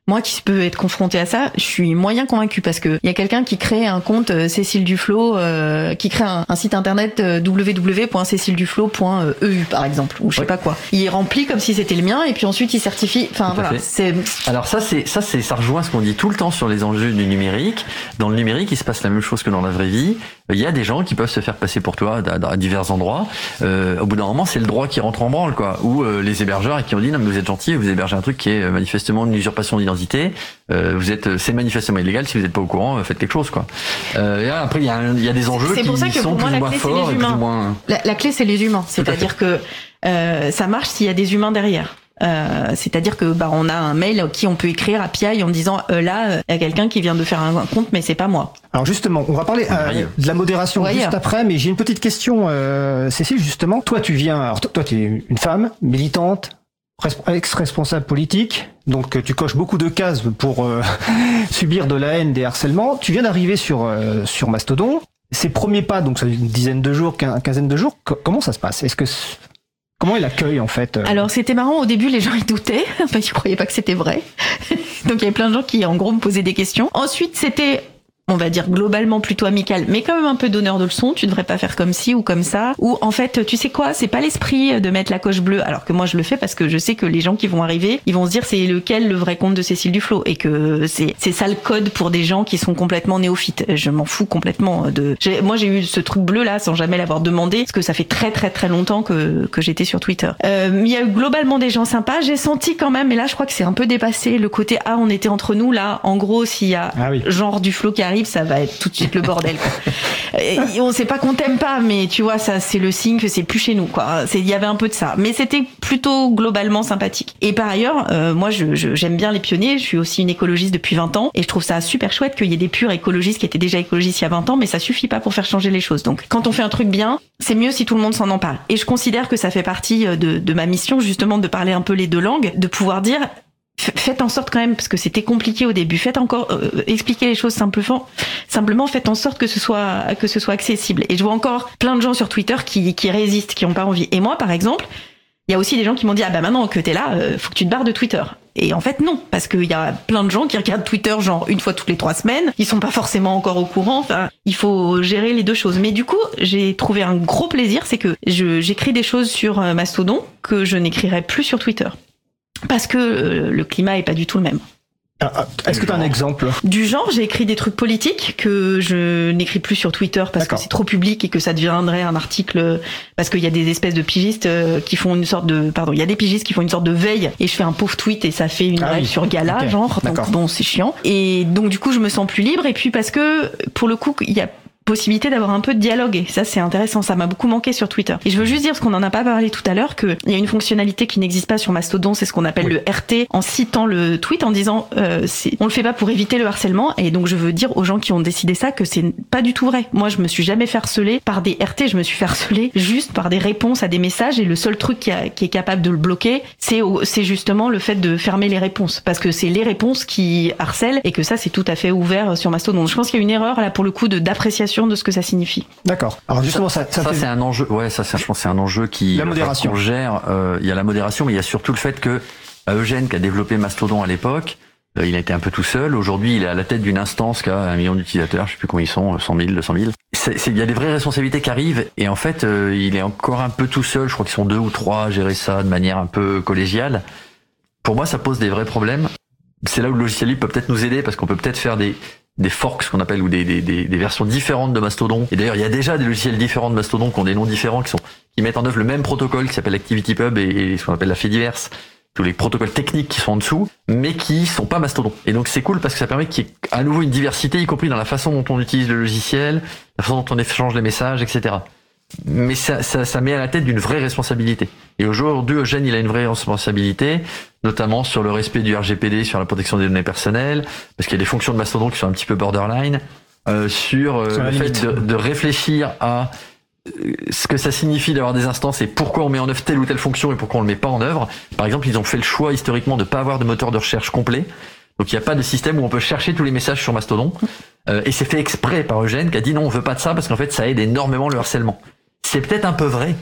Moi qui peux être confrontée à ça, je suis moyen convaincue parce que il y a quelqu'un qui crée un compte euh, Cécile Duflot, euh, qui crée un, un site internet euh, w w w point cécile duflot point e u par exemple, ou je sais ouais. pas quoi. Il est rempli comme si c'était le mien et puis ensuite il certifie. Enfin Tout voilà, c'est. Alors ça c'est ça c'est ça rejoint ce qu'on dit tout le temps sur les enjeux du numérique. Dans le numérique, il se passe la même chose que dans la vraie vie. Il y a des gens qui peuvent se faire passer pour toi à, à divers endroits. Euh, au bout d'un moment, c'est le droit qui rentre en branle, quoi. Ou euh, les hébergeurs et qui ont dit non mais vous êtes gentils, vous hébergez un truc qui est manifestement une usurpation d'identité. Euh, vous êtes, c'est manifestement illégal. Si vous n'êtes pas au courant, faites quelque chose, quoi. Euh, et là, après, il y a, il y a des enjeux c'est qui pour ça que sont pour moi, plus ou moins forts et plus ou moins. La, la clé, c'est les humains. C'est-à-dire que euh, ça marche s'il y a des humains derrière. Euh, c'est-à-dire que bah on a un mail à qui on peut écrire à P I en disant euh, là il y a quelqu'un qui vient de faire un, un compte mais c'est pas moi. Alors justement, on va parler euh, de la modération ouais, juste yeah. après, mais j'ai une petite question, euh, Cécile, justement. Toi, tu viens, alors toi, tu es une femme militante, ex-responsable politique, donc tu coches beaucoup de cases pour euh, subir de la haine, des harcèlements. Tu viens d'arriver sur euh, sur Mastodon. Ces premiers pas, donc ça fait une dizaine de jours, une quinzaine de jours. Comment ça se passe? Est-ce que Comment il accueille en fait? Alors c'était marrant, au début les gens ils doutaient, enfin ils croyaient pas que c'était vrai. Donc il y avait plein de gens qui en gros me posaient des questions. Ensuite c'était, on va dire globalement plutôt amical, mais quand même un peu donneur de leçons, tu devrais pas faire comme ci ou comme ça. Ou en fait, tu sais quoi, c'est pas l'esprit de mettre la coche bleue, alors que moi je le fais parce que je sais que les gens qui vont arriver, ils vont se dire c'est lequel le vrai compte de Cécile Duflot, et que c'est c'est ça le code pour des gens qui sont complètement néophytes. Je m'en fous complètement de... J'ai, moi j'ai eu ce truc bleu là sans jamais l'avoir demandé, parce que ça fait très très très longtemps que, que j'étais sur Twitter. Euh, il y a eu globalement des gens sympas, j'ai senti quand même, et là je crois que c'est un peu dépassé, le côté ah on était entre nous, là en gros s'il y a ah oui. genre Duflot qui arrive, ça va être tout de suite le bordel, quoi. Et on sait pas qu'on t'aime pas, mais tu vois, ça c'est le signe que c'est plus chez nous, quoi. C'est, il y avait un peu de ça, mais c'était plutôt globalement sympathique. Et par ailleurs, euh, moi je, je, j'aime bien les pionniers, je suis aussi une écologiste depuis vingt ans, et je trouve ça super chouette qu'il y ait des purs écologistes qui étaient déjà écologistes il y a vingt ans, mais ça suffit pas pour faire changer les choses. Donc quand on fait un truc bien, c'est mieux si tout le monde s'en empare. Et je considère que ça fait partie de, de ma mission, justement, de parler un peu les deux langues, de pouvoir dire faites en sorte quand même, parce que c'était compliqué au début, faites encore euh, expliquer les choses simplement simplement faites en sorte que ce soit que ce soit accessible. Et je vois encore plein de gens sur Twitter qui qui résistent, qui ont pas envie. Et moi par exemple, il y a aussi des gens qui m'ont dit ah bah maintenant que t'es là, euh, faut que tu te barres de Twitter. Et en fait non, parce qu'il y a plein de gens qui regardent Twitter genre une fois toutes les trois semaines, ils sont pas forcément encore au courant. Enfin, il faut gérer les deux choses. Mais du coup, j'ai trouvé un gros plaisir, c'est que je j'écris des choses sur Mastodon que je n'écrirai plus sur Twitter. Parce que euh, le climat est pas du tout le même. Ah, est-ce que tu as un exemple? Du genre, j'ai écrit des trucs politiques que je n'écris plus sur Twitter parce D'accord. que c'est trop public et que ça deviendrait un article, parce qu'il y a des espèces de pigistes qui font une sorte de, pardon, il y a des pigistes qui font une sorte de veille et je fais un pauvre tweet et ça fait une ah, règle oui. sur Gala, okay. genre, D'accord. donc bon, c'est chiant. Et donc du coup, je me sens plus libre, et puis parce que pour le coup, il y a possibilité d'avoir un peu de dialogue, et ça c'est intéressant, ça m'a beaucoup manqué sur Twitter. Et je veux juste dire, parce qu'on en a pas parlé tout à l'heure, qu'il y a une fonctionnalité qui n'existe pas sur Mastodon, c'est ce qu'on appelle oui. le R T, en citant le tweet, en disant euh, c'est, on le fait pas pour éviter le harcèlement. Et donc je veux dire aux gens qui ont décidé ça que c'est pas du tout vrai. Moi je me suis jamais fait harceler par des R T, je me suis fait harceler juste par des réponses à des messages, et le seul truc qui, a, qui est capable de le bloquer, c'est, c'est justement le fait de fermer les réponses, parce que c'est les réponses qui harcèlent, et que ça c'est tout à fait ouvert sur Mastodon. Je pense qu'il y a une erreur là pour le coup de d'appréciation de ce que ça signifie. D'accord. Alors justement, ça, ça, ça, fait... c'est un enjeu. Ouais, ça, c'est, je pense, que c'est un enjeu qui la modération. qu'on gère. Euh, il y a la modération, mais il y a surtout le fait que bah, Eugène, qui a développé Mastodon à l'époque, euh, il a été un peu tout seul. Aujourd'hui, il est à la tête d'une instance qui a un million d'utilisateurs. Je sais plus combien ils sont, cent mille, deux cent mille. C'est, c'est, il y a des vraies responsabilités qui arrivent, et en fait, euh, il est encore un peu tout seul. Je crois qu'ils sont deux ou trois à gérer ça de manière un peu collégiale. Pour moi, ça pose des vrais problèmes. C'est là où le logiciel libre peut peut-être nous aider, parce qu'on peut peut-être faire des des forks, ce qu'on appelle, ou des, des, des, des versions différentes de Mastodon. Et d'ailleurs, il y a déjà des logiciels différents de Mastodon qui ont des noms différents, qui sont, qui mettent en œuvre le même protocole qui s'appelle ActivityPub et, et ce qu'on appelle la Fediverse, tous les protocoles techniques qui sont en dessous, mais qui sont pas Mastodon. Et donc c'est cool parce que ça permet qu'il y ait à nouveau une diversité, y compris dans la façon dont on utilise le logiciel, la façon dont on échange les messages, et cetera. Mais ça, ça, ça met à la tête d'une vraie responsabilité. Et aujourd'hui, Eugène, il a une vraie responsabilité, notamment sur le respect du R G P D, sur la protection des données personnelles, parce qu'il y a des fonctions de Mastodon qui sont un petit peu borderline, euh, sur, euh, sur le fait de, de réfléchir à euh, ce que ça signifie d'avoir des instances et pourquoi on met en œuvre telle ou telle fonction et pourquoi on le met pas en œuvre. Par exemple, ils ont fait le choix historiquement de pas avoir de moteur de recherche complet. Donc il n'y a pas de système où on peut chercher tous les messages sur Mastodon. Euh, et c'est fait exprès par Eugène qui a dit non, on veut pas de ça parce qu'en fait ça aide énormément le harcèlement. C'est peut-être un peu vrai,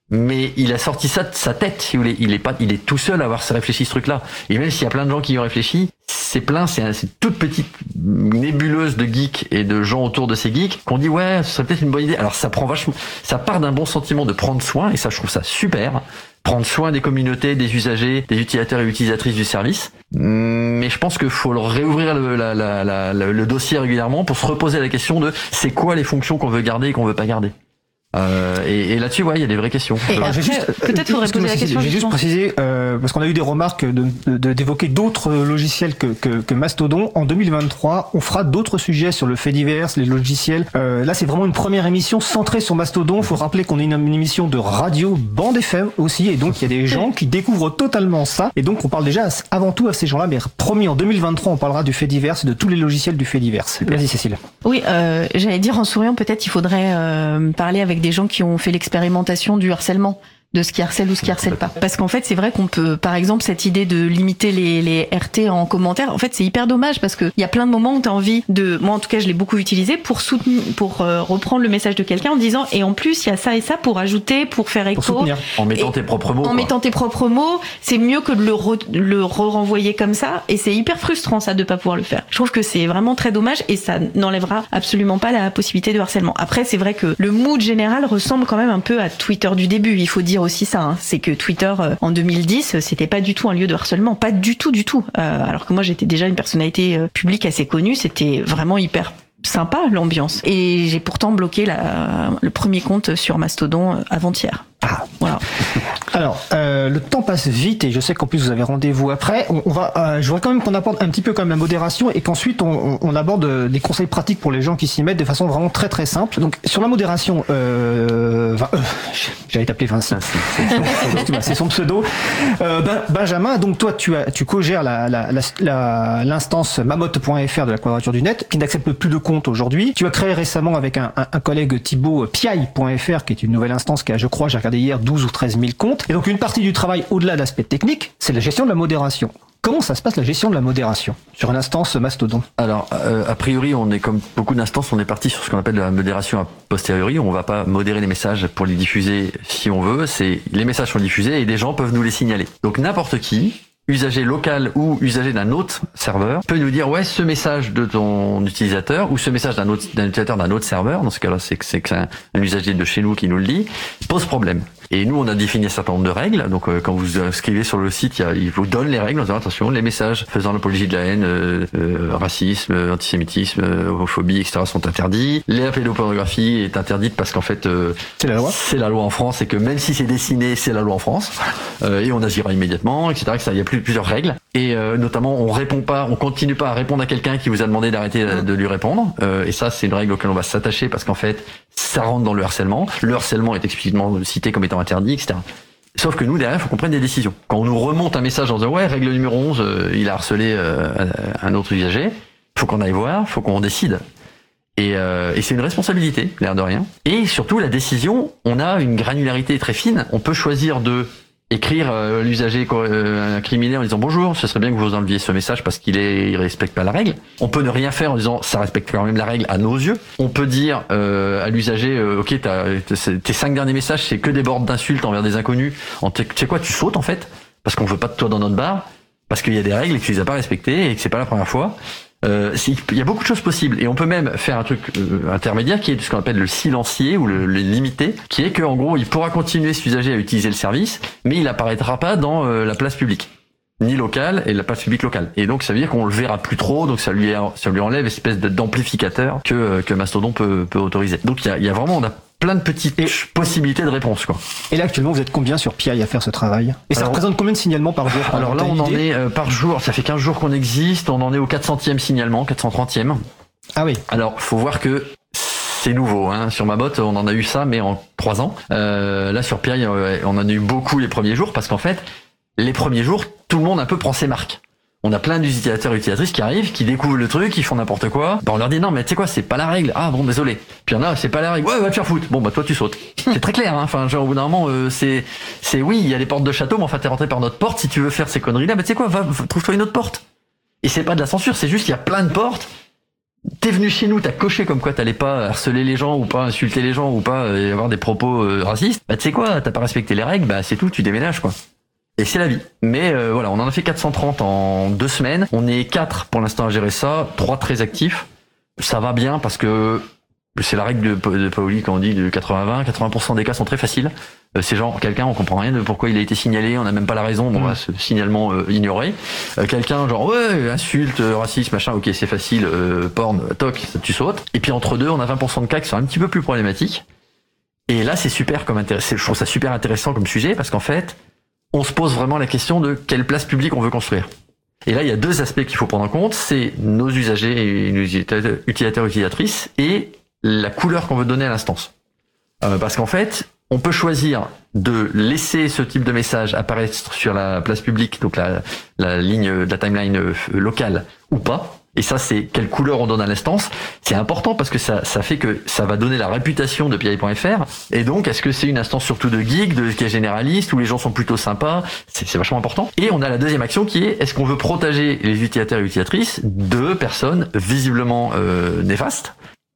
mais il a sorti ça de sa tête, si vous voulez. Il est pas, il est tout seul à avoir réfléchi ce truc-là. Et même s'il y a plein de gens qui y ont réfléchi, c'est plein, c'est, un, c'est une toute petite nébuleuse de geeks et de gens autour de ces geeks qu'on dit ouais, ce serait peut-être une bonne idée. Alors ça prend vachement, ça part d'un bon sentiment de prendre soin, et ça je trouve ça super. Prendre soin des communautés, des usagers, des utilisateurs et utilisatrices du service. Mais je pense qu'il faut le réouvrir le, la, la, la, le dossier régulièrement pour se reposer la question de c'est quoi les fonctions qu'on veut garder et qu'on veut pas garder. Euh, et, et là-dessus, ouais, il y a des vraies questions. Et après, juste, peut-être faudrait poser la question. J'ai juste précisé euh, parce qu'on a eu des remarques de, de, d'évoquer d'autres logiciels que, que, que Mastodon. En deux mille vingt-trois, on fera d'autres sujets sur le fait divers, les logiciels. Euh, là, c'est vraiment une première émission centrée sur Mastodon. Il faut rappeler qu'on est une, une émission de radio bande F M aussi, et donc il y a des gens qui découvrent totalement ça. Et donc on parle déjà avant tout à ces gens-là. Mais promis, en deux mille vingt-trois, on parlera du fait divers et de tous les logiciels du fait divers. Vas-y, Cécile. Oui, euh, j'allais dire en souriant, peut-être il faudrait euh, parler avec des gens qui ont fait l'expérimentation du harcèlement, de ce qui harcèle ou ce qui harcèle pas. Parce qu'en fait, c'est vrai qu'on peut, par exemple, cette idée de limiter les, les R T en commentaire, en fait, c'est hyper dommage parce que il y a plein de moments où t'as envie de, moi en tout cas, je l'ai beaucoup utilisé pour soutenir, pour euh, reprendre le message de quelqu'un en disant, et en plus, il y a ça et ça pour ajouter, pour faire écho. Pour soutenir. En mettant tes propres mots. En quoi. mettant tes propres mots, c'est mieux que de le, re, le re-renvoyer comme ça, et c'est hyper frustrant, ça, de pas pouvoir le faire. Je trouve que c'est vraiment très dommage, et ça n'enlèvera absolument pas la possibilité de harcèlement. Après, c'est vrai que le mood général ressemble quand même un peu à Twitter du début. Il faut dire aussi ça, hein. C'est que Twitter euh, en deux mille dix, c'était pas du tout un lieu de harcèlement, pas du tout, du tout. Euh, alors que moi j'étais déjà une personnalité euh, publique assez connue, c'était vraiment hyper sympa l'ambiance. Et j'ai pourtant bloqué la, le premier compte sur Mastodon euh, avant-hier. Ah, voilà. Alors, euh, le temps passe vite et je sais qu'en plus vous avez rendez-vous après. On, on va, euh, je voudrais quand même qu'on apporte un petit peu quand même la modération et qu'ensuite on, on, on aborde euh, des conseils pratiques pour les gens qui s'y mettent de façon vraiment très très simple. Donc sur la modération, euh, euh, j'allais t'appeler Vinci, c'est son pseudo. Euh, ben, Benjamin, donc toi tu as, tu co-gères la, la, la, la, l'instance mamotte point f r de la Quadrature du Net qui n'accepte plus de comptes aujourd'hui. Tu as créé récemment avec un, un, un collègue Thibaut P I point f r qui est une nouvelle instance qui a, je crois, j'ai regardé hier douze ou treize mille comptes. Et donc une partie du travail au-delà de l'aspect technique, c'est la gestion de la modération. Comment ça se passe la gestion de la modération sur une instance Mastodon? Alors, euh, a priori, on est comme beaucoup d'instances, on est parti sur ce qu'on appelle la modération a posteriori. On va pas modérer les messages pour les diffuser si on veut. C'est les messages sont diffusés et les gens peuvent nous les signaler. Donc n'importe qui, usager local ou usager d'un autre serveur, peut nous dire ouais ce message de ton utilisateur ou ce message d'un autre d'un utilisateur d'un autre serveur. Dans ce cas-là, c'est que c'est que un, un usager de chez nous qui nous le dit, pose problème. Et nous, on a défini un certain nombre de règles. Donc, euh, quand vous inscrivez sur le site, il, y a, il vous donne les règles en disant attention, les messages faisant l'apologie de la haine, euh, euh, racisme, antisémitisme, euh, homophobie, et cetera sont interdits. La pédopornographie est interdite parce qu'en fait, euh, c'est la loi. C'est la loi en France et que même si c'est dessiné, c'est la loi en France. Euh, et on agira immédiatement, et cetera. Et ça, il y a plus, plusieurs règles. Et euh, notamment, on répond pas, on continue pas à répondre à quelqu'un qui vous a demandé d'arrêter de lui répondre. Euh, et ça, c'est une règle auquel on va s'attacher parce qu'en fait, ça rentre dans le harcèlement. Le harcèlement est explicitement cité comme étant interdit, et cetera. Sauf que nous, derrière, il faut qu'on prenne des décisions. Quand on nous remonte un message en disant « Ouais, règle numéro onze, euh, il a harcelé euh, un autre usager », il faut qu'on aille voir, il faut qu'on décide. Et, euh, et c'est une responsabilité, l'air de rien. Et surtout, la décision, on a une granularité très fine. On peut choisir de écrire euh, l'usager euh, incriminé en disant bonjour, ce serait bien que vous enleviez ce message parce qu'il est, il respecte pas la règle. On peut ne rien faire en disant ça respecte quand même la règle à nos yeux. On peut dire euh, à l'usager euh, ok, t'as, tes cinq derniers messages c'est que des bords d'insultes envers des inconnus. Tu sais quoi, tu sautes en fait parce qu'on veut pas de toi dans notre bar parce qu'il y a des règles et que tu les as pas respectées et que c'est pas la première fois. Euh, il y a beaucoup de choses possibles et on peut même faire un truc euh, intermédiaire qui est ce qu'on appelle le silencier ou le, le limité, qui est que en gros il pourra continuer cet usager à utiliser le service, mais il apparaîtra pas dans euh, la place publique, ni locale et la place publique locale. Et donc ça veut dire qu'on le verra plus trop, donc ça lui ça lui enlève une espèce d'amplificateur que que Mastodon peut peut autoriser. Donc il y a il y a vraiment on a plein de petites et possibilités de réponse quoi. Et là actuellement vous êtes combien sur P I à faire ce travail? Et ça alors, représente combien de signalements par jour? Alors là on en est euh, par jour, ça fait quinze jours qu'on existe, on en est au quatre centième signalement, quatre cent trentième. Ah oui. Alors faut voir que c'est nouveau, hein. Sur Mamotte on en a eu ça mais en trois ans. Euh, là sur P I on en a eu beaucoup les premiers jours parce qu'en fait les premiers jours tout le monde un peu prend ses marques. On a plein d'utilisateurs et utilisatrices qui arrivent, qui découvrent le truc, qui font n'importe quoi. Bah on leur dit non mais tu sais quoi, c'est pas la règle. Ah bon désolé. Puis il y en a, c'est pas la règle. Ouais va te faire foutre. Bon bah toi tu sautes. C'est très clair. Hein. Enfin genre au bout d'un moment euh, c'est c'est oui il y a les portes de château, mais enfin t'es rentré par notre porte. Si tu veux faire ces conneries là, bah tu sais quoi, va trouve-toi une autre porte. Et c'est pas de la censure, c'est juste il y a plein de portes. t'es venu chez nous, t'as coché comme quoi t'allais pas harceler les gens ou pas insulter les gens ou pas euh, avoir des propos euh, racistes, bah tu sais quoi, t'as pas respecté les règles, bah c'est tout, tu déménages quoi. Et c'est la vie. Mais euh, voilà, on en a fait quatre cent trente en deux semaines. On est quatre pour l'instant à gérer ça, trois très actifs. Ça va bien parce que c'est la règle de, de Paoli quand on dit de quatre-vingts vingt. quatre-vingts pour cent des cas sont très faciles. Euh, c'est genre quelqu'un, on comprend rien de pourquoi il a été signalé, on n'a même pas la raison, bon, mmh. bah, ce signalement euh, ignoré. Euh, quelqu'un genre ouais, insulte, euh, racisme, machin, ok c'est facile, euh, porn, toc, ça, tu sautes. Et puis entre deux, on a vingt pour cent de cas qui sont un petit peu plus problématiques. Et là c'est super comme intéressant, je trouve ça super intéressant comme sujet parce qu'en fait, on se pose vraiment la question de quelle place publique on veut construire. Et là, il y a deux aspects qu'il faut prendre en compte, c'est nos usagers et nos utilisateurs, utilisatrices, et la couleur qu'on veut donner à l'instance. Euh, parce qu'en fait, on peut choisir de laisser ce type de message apparaître sur la place publique, donc la, la ligne de la timeline locale, ou pas. Et ça, c'est quelle couleur on donne à l'instance. C'est important parce que ça, ça fait que ça va donner la réputation de P I point F R. Et donc, est-ce que c'est une instance surtout de geek, de qui est généraliste, où les gens sont plutôt sympas? C'est, c'est vachement important. Et on a la deuxième action qui est, est-ce qu'on veut protéger les utilisateurs et utilisatrices de personnes visiblement euh, néfastes?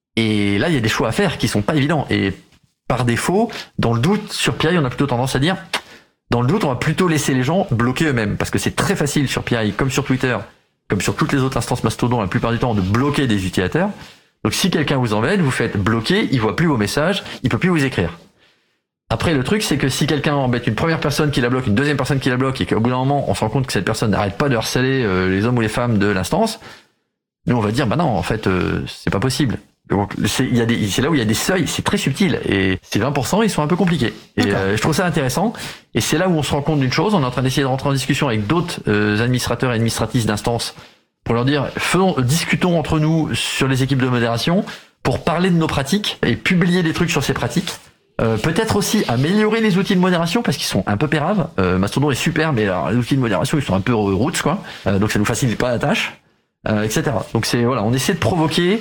Et là, il y a des choix à faire qui sont pas évidents. Et par défaut, dans le doute, sur P I, on a plutôt tendance à dire, dans le doute, on va plutôt laisser les gens bloquer eux-mêmes. Parce que c'est très facile sur P I, comme sur Twitter, comme sur toutes les autres instances Mastodon, la plupart du temps, de bloquer des utilisateurs. Donc si quelqu'un vous embête, vous faites bloquer, il voit plus vos messages, il peut plus vous écrire. Après, le truc, c'est que si quelqu'un embête une première personne qui la bloque, une deuxième personne qui la bloque, et qu'au bout d'un moment, on se rend compte que cette personne n'arrête pas de harceler euh, les hommes ou les femmes de l'instance, nous, on va dire, bah non, en fait, euh, c'est pas possible. Donc, c'est, il y a des, c'est là où il y a des seuils, c'est très subtil, et ces vingt pour cent, ils sont un peu compliqués. Et euh, je trouve ça intéressant, et c'est là où on se rend compte d'une chose, on est en train d'essayer de rentrer en discussion avec d'autres euh, administrateurs et administratrices d'instances, pour leur dire, faisons, discutons entre nous sur les équipes de modération, pour parler de nos pratiques, et publier des trucs sur ces pratiques. Euh, peut-être aussi améliorer les outils de modération, parce qu'ils sont un peu péraves. Euh, Mastodon est super, mais alors, les outils de modération, ils sont un peu roots, quoi. Euh, donc ça nous facilite pas la tâche, euh, et cetera. Donc c'est, voilà, on essaie de provoquer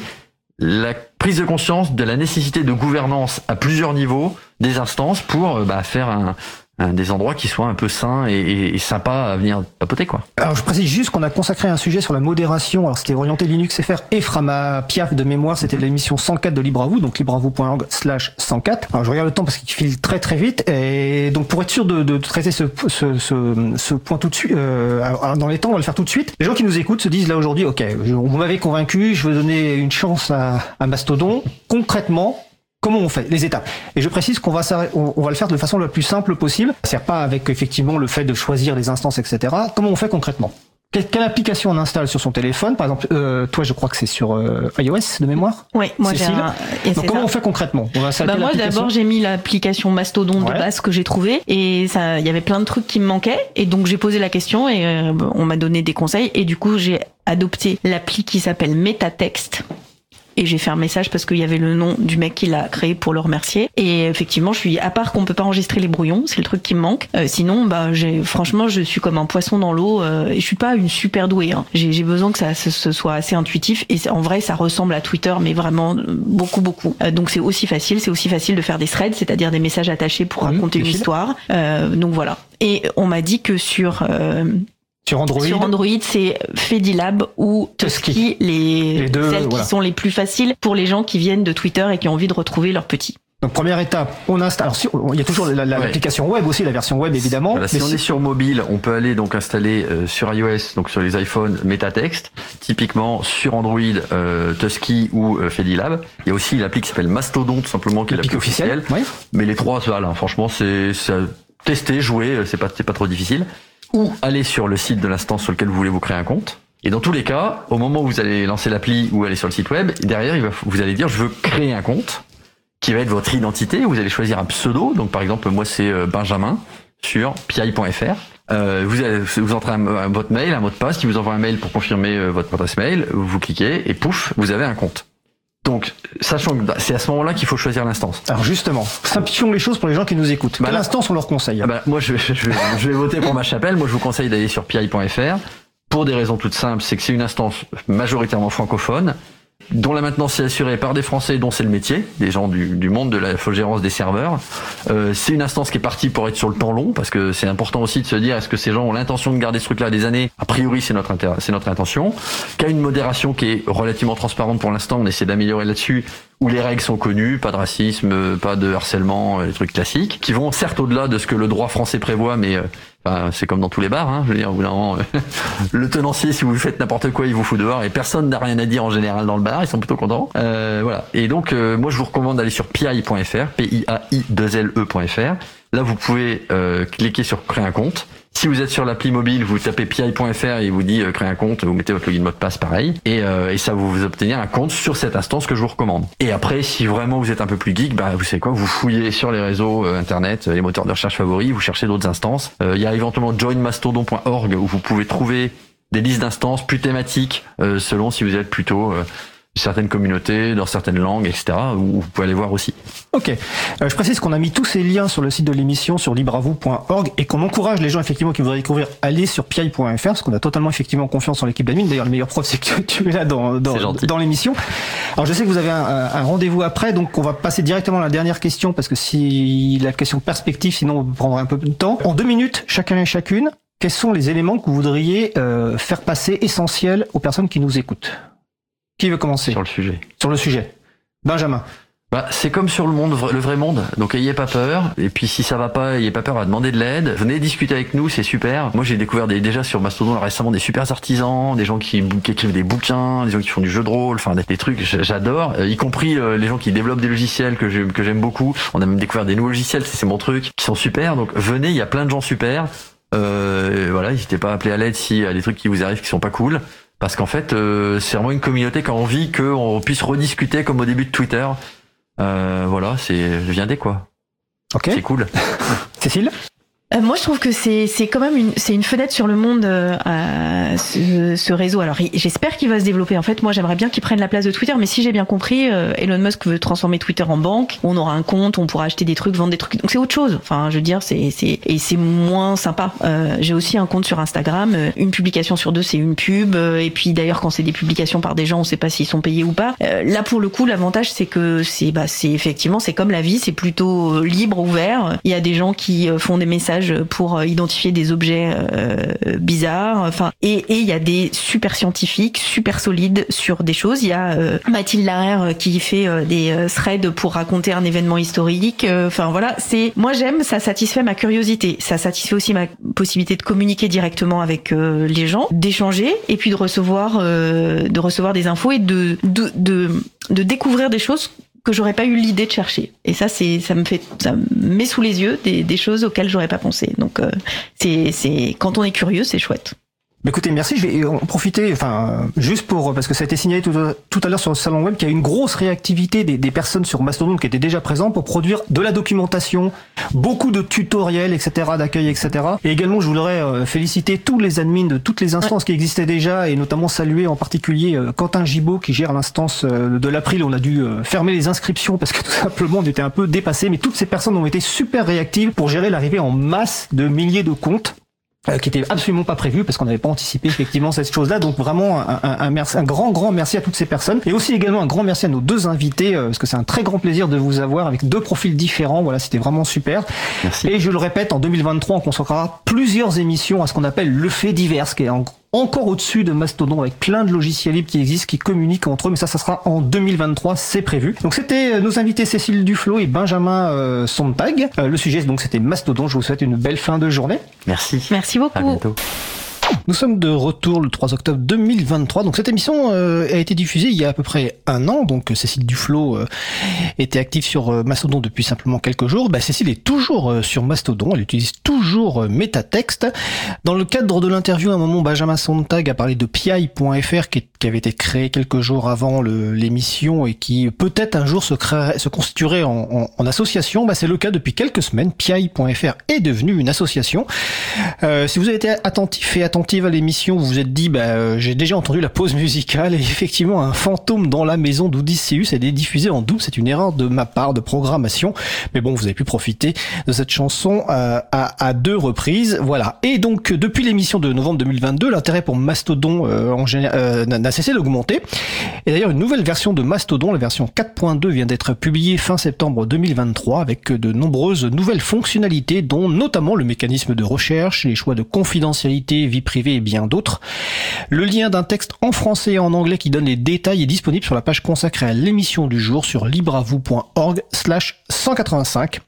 la prise de conscience de la nécessité de gouvernance à plusieurs niveaux des instances pour bah, faire un, un, des endroits qui soient un peu sains et, et, et sympas à venir papoter, quoi. Alors je précise juste qu'on a consacré un sujet sur la modération. Alors c'était orienté Linux F R et Frama Piaf de mémoire. C'était l'émission cent quatre de Libre à vous, donc libre à vous point org slash cent quatre. Alors je regarde le temps parce qu'il file très très vite. Et donc pour être sûr de, de traiter ce, ce, ce, ce point tout de suite, euh, alors dans les temps, on va le faire tout de suite. Les gens qui nous écoutent se disent là aujourd'hui, ok, vous m'avez convaincu, je veux donner une chance à, à Mastodon. Concrètement, comment on fait les étapes? Et je précise qu'on va on va le faire de façon la plus simple possible. Ça sert pas avec effectivement le fait de choisir les instances, et cetera. Comment on fait concrètement? Quelle, quelle application on installe sur son téléphone? Par exemple, euh, toi, je crois que c'est sur euh, iOS de mémoire. Oui, moi Cécile. j'ai un... Donc comment ça. On fait concrètement? On va bah moi d'abord j'ai mis l'application Mastodon de ouais. base que j'ai trouvée et ça, il y avait plein de trucs qui me manquaient et donc j'ai posé la question et euh, on m'a donné des conseils et du coup j'ai adopté l'appli qui s'appelle MetaText. Et j'ai fait un message parce qu'il y avait le nom du mec qui l'a créé pour le remercier. Et effectivement, je suis, à part qu'on peut pas enregistrer les brouillons, c'est le truc qui me manque. Euh, sinon, bah, j'ai, franchement, je suis comme un poisson dans l'eau. Euh, et je suis pas une super douée. Hein. J'ai, j'ai besoin que ça ce, ce soit assez intuitif. Et en vrai, ça ressemble à Twitter, mais vraiment beaucoup, beaucoup. Euh, donc c'est aussi facile. C'est aussi facile de faire des threads, c'est-à-dire des messages attachés pour mmh, raconter une fil. histoire. Euh, donc voilà. Et on m'a dit que sur euh, Sur Android, Sur Android, c'est Fedilab ou Tusky, les, les deux, celles voilà. qui sont les plus faciles pour les gens qui viennent de Twitter et qui ont envie de retrouver leurs petits. Donc première étape, on installe. Alors si, il y a toujours la, la, ouais. l'application web aussi, la version web évidemment. Voilà, si mais on si... est sur mobile, on peut aller donc installer euh, sur iOS, donc sur les iPhones, MetaText. Typiquement sur Android, euh, Tusky ou euh, Fedilab. Il y a aussi l'appli qui s'appelle Mastodon, tout simplement, qui est l'appli officielle. officielle. Ouais. Mais les trois, voilà, franchement, c'est, c'est tester, jouer, c'est pas, c'est pas trop difficile. Ou aller sur le site de l'instance sur lequel vous voulez vous créer un compte. Et dans tous les cas, au moment où vous allez lancer l'appli ou aller sur le site web, derrière, il va, vous allez dire, je veux créer un compte, qui va être votre identité. Vous allez choisir un pseudo. Donc, par exemple, moi, c'est Benjamin sur P I point F R. Euh, vous allez, vous entrez un, un, votre mail, un mot de passe, qui vous envoie un mail pour confirmer euh, votre adresse mail. Vous cliquez et pouf, vous avez un compte. Donc, sachant que c'est à ce moment-là qu'il faut choisir l'instance. Alors justement, simplifions les choses pour les gens qui nous écoutent. Bah Quelle là, instance on leur conseille? ah bah, Moi, je, je, je, je vais voter pour ma chapelle. Moi, je vous conseille d'aller sur P I point F R pour des raisons toutes simples. C'est que c'est une instance majoritairement francophone dont la maintenance est assurée par des Français dont c'est le métier, des gens du, du monde de la gérance des serveurs. Euh, c'est une instance qui est partie pour être sur le temps long, parce que c'est important aussi de se dire, est-ce que ces gens ont l'intention de garder ce truc-là des années? A priori, c'est notre inter- c'est notre intention. Qu'il y a une modération qui est relativement transparente pour l'instant, on essaie d'améliorer là-dessus, où les règles sont connues, pas de racisme, pas de harcèlement, les trucs classiques, qui vont certes au-delà de ce que le droit français prévoit, mais euh, enfin, c'est comme dans tous les bars, hein, je veux dire, au bout d'un moment, euh, le tenancier, si vous faites n'importe quoi, il vous fout dehors, et personne n'a rien à dire en général dans le bar, ils sont plutôt contents. Euh, voilà. Et donc, euh, moi, je vous recommande d'aller sur pi point f r, P I A I deux L E point F R. Là, vous pouvez euh, cliquer sur créer un compte. Si vous êtes sur l'appli mobile, vous tapez pi point f r et il vous dit euh, créer un compte, vous mettez votre login mot de passe pareil, et, euh, et ça vous, vous obtenir un compte sur cette instance que je vous recommande. Et après, si vraiment vous êtes un peu plus geek, bah vous savez quoi, vous fouillez sur les réseaux euh, internet, les moteurs de recherche favoris, vous cherchez d'autres instances. Euh, il y a éventuellement join mastodon point org où vous pouvez trouver des listes d'instances plus thématiques euh, selon si vous êtes plutôt euh, certaines communautés, dans certaines langues, et cetera, où vous pouvez aller voir aussi. Ok. Euh, je précise qu'on a mis tous ces liens sur le site de l'émission, sur libre à vous point org, et qu'on encourage les gens, effectivement, qui voudraient découvrir, à aller sur pi point f r, parce qu'on a totalement, effectivement, confiance en l'équipe d'admin. D'ailleurs, le meilleur preuve, c'est que tu es là dans, dans, dans l'émission. Alors, je sais que vous avez un, un rendez-vous après, donc on va passer directement à la dernière question, parce que si la question perspective, sinon on prendra un peu de temps. En deux minutes, chacun et chacune, quels sont les éléments que vous voudriez euh, faire passer essentiels aux personnes qui nous écoutent? Qui veut commencer? Sur le sujet. Sur le sujet. Benjamin. Bah, c'est comme sur le monde, le vrai monde. Donc, ayez pas peur. Et puis, si ça va pas, ayez pas peur à demander de l'aide. Venez discuter avec nous, c'est super. Moi, j'ai découvert des, déjà sur Mastodon récemment des super artisans, des gens qui, qui écrivent des bouquins, des gens qui font du jeu de rôle, enfin, des, des trucs, j'adore. Euh, y compris euh, les gens qui développent des logiciels que j'aime, que j'aime beaucoup. On a même découvert des nouveaux logiciels, c'est, c'est mon truc, qui sont super. Donc, venez, il y a plein de gens super. Euh, voilà, n'hésitez pas à appeler à l'aide s'il y a des trucs qui vous arrivent qui sont pas cool. Parce qu'en fait, euh, c'est vraiment une communauté qui a envie qu'on puisse rediscuter comme au début de Twitter. Euh, voilà, c'est viendez quoi. Ok. C'est cool. Cécile? Euh, moi, je trouve que c'est c'est quand même une c'est une fenêtre sur le monde, euh, à ce, ce réseau. Alors, il, j'espère qu'il va se développer. En fait, moi, j'aimerais bien qu'il prenne la place de Twitter. Mais si j'ai bien compris, euh, Elon Musk veut transformer Twitter en banque. On aura un compte, on pourra acheter des trucs, vendre des trucs. Donc, c'est autre chose. Enfin, je veux dire, c'est c'est et c'est moins sympa. Euh, j'ai aussi un compte sur Instagram. Euh, une publication sur deux, c'est une pub. Euh, et puis, d'ailleurs, quand c'est des publications par des gens, on sait pas s'ils sont payés ou pas. Euh, là, pour le coup, l'avantage, c'est que c'est bah c'est effectivement c'est comme la vie, c'est plutôt libre, ouvert. Il y a des gens qui font des messages pour identifier des objets euh, bizarres. Enfin, et et il y a des super scientifiques, super solides sur des choses. Il y a euh, Mathilde Larère qui fait euh, des euh, threads pour raconter un événement historique. Enfin euh, voilà, c'est moi j'aime, ça satisfait ma curiosité, ça satisfait aussi ma possibilité de communiquer directement avec euh, les gens, d'échanger et puis de recevoir euh, de recevoir des infos et de de de, de découvrir des choses que j'aurais pas eu l'idée de chercher. Et ça, c'est, ça me fait, ça me met sous les yeux des, des choses auxquelles j'aurais pas pensé. Donc, euh, c'est, c'est, quand on est curieux, c'est chouette. Écoutez, merci. Je vais en profiter, enfin, juste pour, parce que ça a été signalé tout à, tout à l'heure sur le salon web, qu'il y a une grosse réactivité des, des personnes sur Mastodon qui étaient déjà présentes pour produire de la documentation, beaucoup de tutoriels, et cetera, d'accueil, et cetera. Et également, je voudrais euh, féliciter tous les admins de toutes les instances ouais. qui existaient déjà, et notamment saluer en particulier euh, Quentin Gibaud qui gère l'instance euh, de l'April. On a dû euh, fermer les inscriptions parce que tout simplement on était un peu dépassé, mais toutes ces personnes ont été super réactives pour gérer l'arrivée en masse de milliers de comptes. Euh, qui était absolument pas prévu parce qu'on n'avait pas anticipé effectivement cette chose-là. Donc vraiment un, un, un, merci, un grand grand merci à toutes ces personnes et aussi également un grand merci à nos deux invités euh, parce que c'est un très grand plaisir de vous avoir avec deux profils différents. Voilà, c'était vraiment super. Merci. Et je le répète, en deux mille vingt-trois, on consacrera plusieurs émissions à ce qu'on appelle le fait divers, qui est en encore au-dessus de Mastodon avec plein de logiciels libres qui existent, qui communiquent entre eux, mais ça, ça sera en deux mille vingt-trois, c'est prévu. Donc c'était nos invités Cécile Duflot et Benjamin euh, Sontag. Euh, le sujet, donc, c'était Mastodon. Je vous souhaite une belle fin de journée. Merci. Merci beaucoup. À bientôt. Nous sommes de retour le trois octobre deux mille vingt-trois. Donc cette émission euh, a été diffusée il y a à peu près un an. Donc Cécile Duflot euh, était active sur euh, Mastodon depuis simplement quelques jours. Bah, Cécile est toujours euh, sur Mastodon. Elle utilise toujours euh, Métatexte. Dans le cadre de l'interview, à un moment, Benjamin Sontag a parlé de pi point f r qui, qui avait été créé quelques jours avant le, l'émission et qui peut-être un jour se créerait, se constituerait en, en, en association. Bah, c'est le cas depuis quelques semaines. pi point f r est devenu une association. Euh, si vous avez été attentif et attentif à l'émission, vous vous êtes dit, bah, euh, j'ai déjà entendu la pause musicale et effectivement, un fantôme dans la maison d'Odysseus est diffusé en double. C'est une erreur de ma part de programmation. Mais bon, vous avez pu profiter de cette chanson euh, à, à à deux reprises. Voilà. Et donc, depuis l'émission de novembre deux mille vingt-deux, l'intérêt pour Mastodon euh, en géné- euh, n'a cessé d'augmenter. Et d'ailleurs, une nouvelle version de Mastodon, la version quatre point deux, vient d'être publiée fin septembre deux mille vingt-trois avec de nombreuses nouvelles fonctionnalités, dont notamment le mécanisme de recherche, les choix de confidentialité, vie privée et bien d'autres. Le lien d'un texte en français et en anglais qui donne les détails est disponible sur la page consacrée à l'émission du jour sur libravou point org slash cent quatre-vingt-cinq.